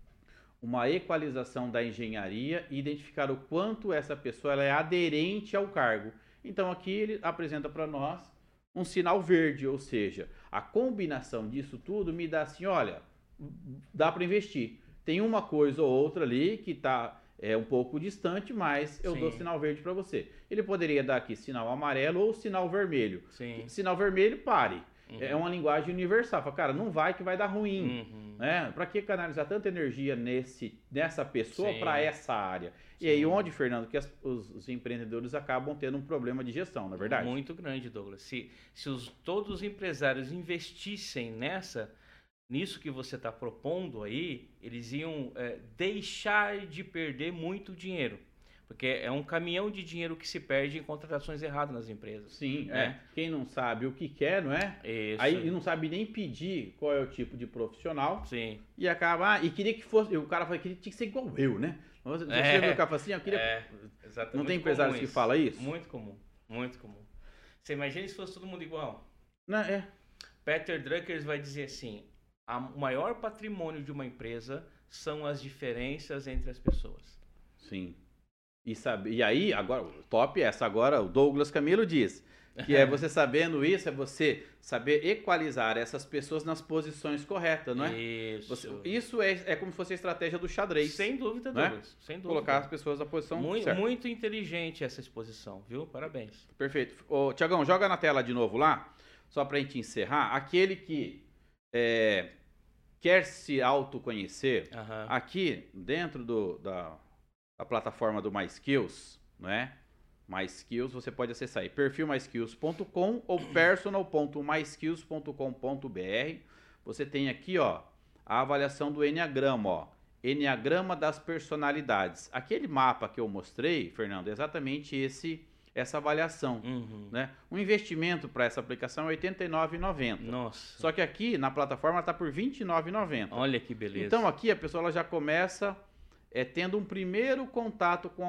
equalização da engenharia e identificar o quanto essa pessoa ela é aderente ao cargo. Então aqui ele apresenta para nós um sinal verde, ou seja, a combinação disso tudo me dá assim, olha, dá para investir. Tem uma coisa ou outra ali que está um pouco distante, mas eu dou sinal verde para você. Ele poderia dar aqui sinal amarelo ou sinal vermelho. Sinal vermelho, pare. É uma linguagem universal. Fala, cara, não vai que vai dar ruim. Uhum. Né? Para que canalizar tanta energia nessa pessoa Sim. para essa área? E aí onde, Fernando, que os empreendedores acabam tendo um problema de gestão, não é verdade? Muito grande, Douglas. Se todos os empresários investissem nisso que você está propondo aí, eles iam deixar de perder muito dinheiro. Porque é um caminhão de dinheiro que se perde em contratações erradas nas empresas. Sim, Quem não sabe o que quer, não é? Isso. Aí não sabe nem pedir qual é o tipo de profissional. Sim. E acaba. E queria que fosse. O cara fala que tinha que ser igual eu, né? Você viu o cara fala assim, eu queria. Exatamente. Não tem empresários que falam isso? Muito comum. Muito comum. Você imagina se fosse todo mundo igual? Não, Peter Drucker vai dizer assim: o maior patrimônio de uma empresa são as diferenças entre as pessoas. Sim. E aí, agora, top essa, agora o Douglas Camilo diz, que é você sabendo isso, é você saber equalizar essas pessoas nas posições corretas, não é? Isso é como se fosse a estratégia do xadrez. Sem dúvida, né? Douglas. Sem dúvida. Colocar as pessoas na posição certa. Muito inteligente essa exposição, viu? Parabéns. Perfeito. Ô, Tiagão, joga na tela de novo lá, só pra gente encerrar. Aquele que quer se autoconhecer, aqui dentro da plataforma do MySkills, né? MySkills, você pode acessar aí perfilmyskills.com ou personal.myskills.com.br. Você tem aqui, ó, a avaliação do Enneagrama, ó. Enneagrama das personalidades. Aquele mapa que eu mostrei, Fernando, é exatamente essa avaliação, né? O investimento para essa aplicação é R$ 89,90. Nossa. Só que aqui na plataforma está por R$ 29,90. Olha que beleza. Então aqui a pessoa ela já começa tendo um primeiro contato com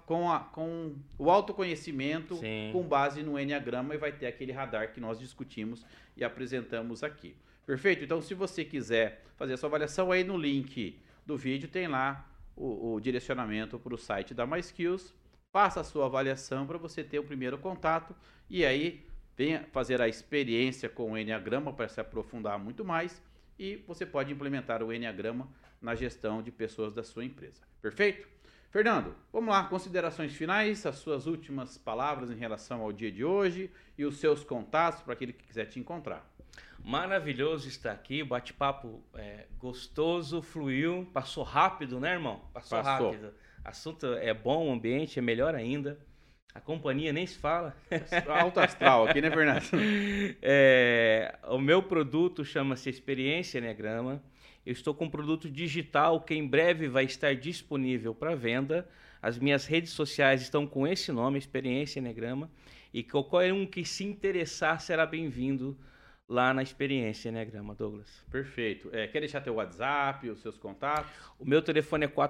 o autoconhecimento. Sim. Com base no Enneagrama e vai ter aquele radar que nós discutimos e apresentamos aqui. Perfeito? Então, se você quiser fazer a sua avaliação, aí no link do vídeo tem lá o direcionamento para o site da MySkills. Faça a sua avaliação para você ter o primeiro contato e aí venha fazer a experiência com o Enneagrama para se aprofundar muito mais e você pode implementar o Enneagrama na gestão de pessoas da sua empresa. Perfeito? Fernando, vamos lá, considerações finais, as suas últimas palavras em relação ao dia de hoje e os seus contatos para aquele que quiser te encontrar. Maravilhoso estar aqui, bate-papo gostoso, fluiu, passou rápido, né, irmão? Passou rápido. Assunto é bom, o ambiente é melhor ainda. A companhia nem se fala. Alto astral aqui, né, Fernando? O meu produto chama-se Experiência Enneagrama. Eu estou com um produto digital que em breve vai estar disponível para venda. As minhas redes sociais estão com esse nome, Experiência Enneagrama. E qualquer um que se interessar será bem-vindo lá na Experiência Enneagrama, Douglas. Perfeito. Quer deixar teu WhatsApp, os seus contatos? O meu telefone é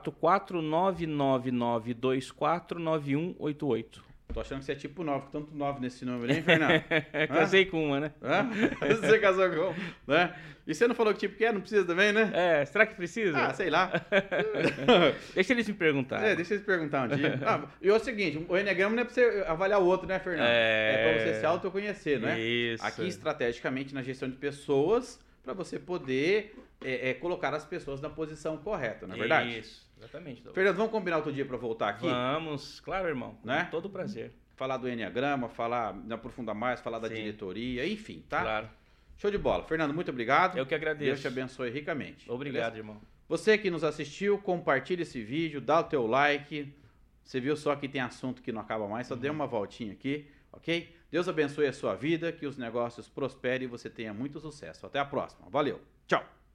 44999249188. Tô achando que você é tipo 9, com tanto 9 nesse número, hein, Fernando? Casei com uma, né? Você casou com uma, né? E você não falou que tipo que é? Não precisa também, né? Será que precisa? Ah, sei lá. Deixa eles me perguntar. Deixa eles perguntar um dia. E é o seguinte, o Enneagrama não é pra você avaliar o outro, né, Fernando? É pra você se autoconhecer, né? Isso. Aqui, estrategicamente, na gestão de pessoas, para você poder colocar as pessoas na posição correta, não é verdade? Isso, exatamente. Douglas. Fernando, vamos combinar outro dia para voltar aqui? Vamos, claro, irmão. Com né? todo prazer. Falar do Enneagrama, aprofundar mais, falar da diretoria, enfim, tá? Claro. Show de bola. Fernando, muito obrigado. Eu que agradeço. Deus te abençoe ricamente. Obrigado, irmão. Você que nos assistiu, compartilha esse vídeo, dá o teu like. Você viu só que tem assunto que não acaba mais, só dê uma voltinha aqui, ok? Deus abençoe a sua vida, que os negócios prosperem e você tenha muito sucesso. Até a próxima. Valeu. Tchau.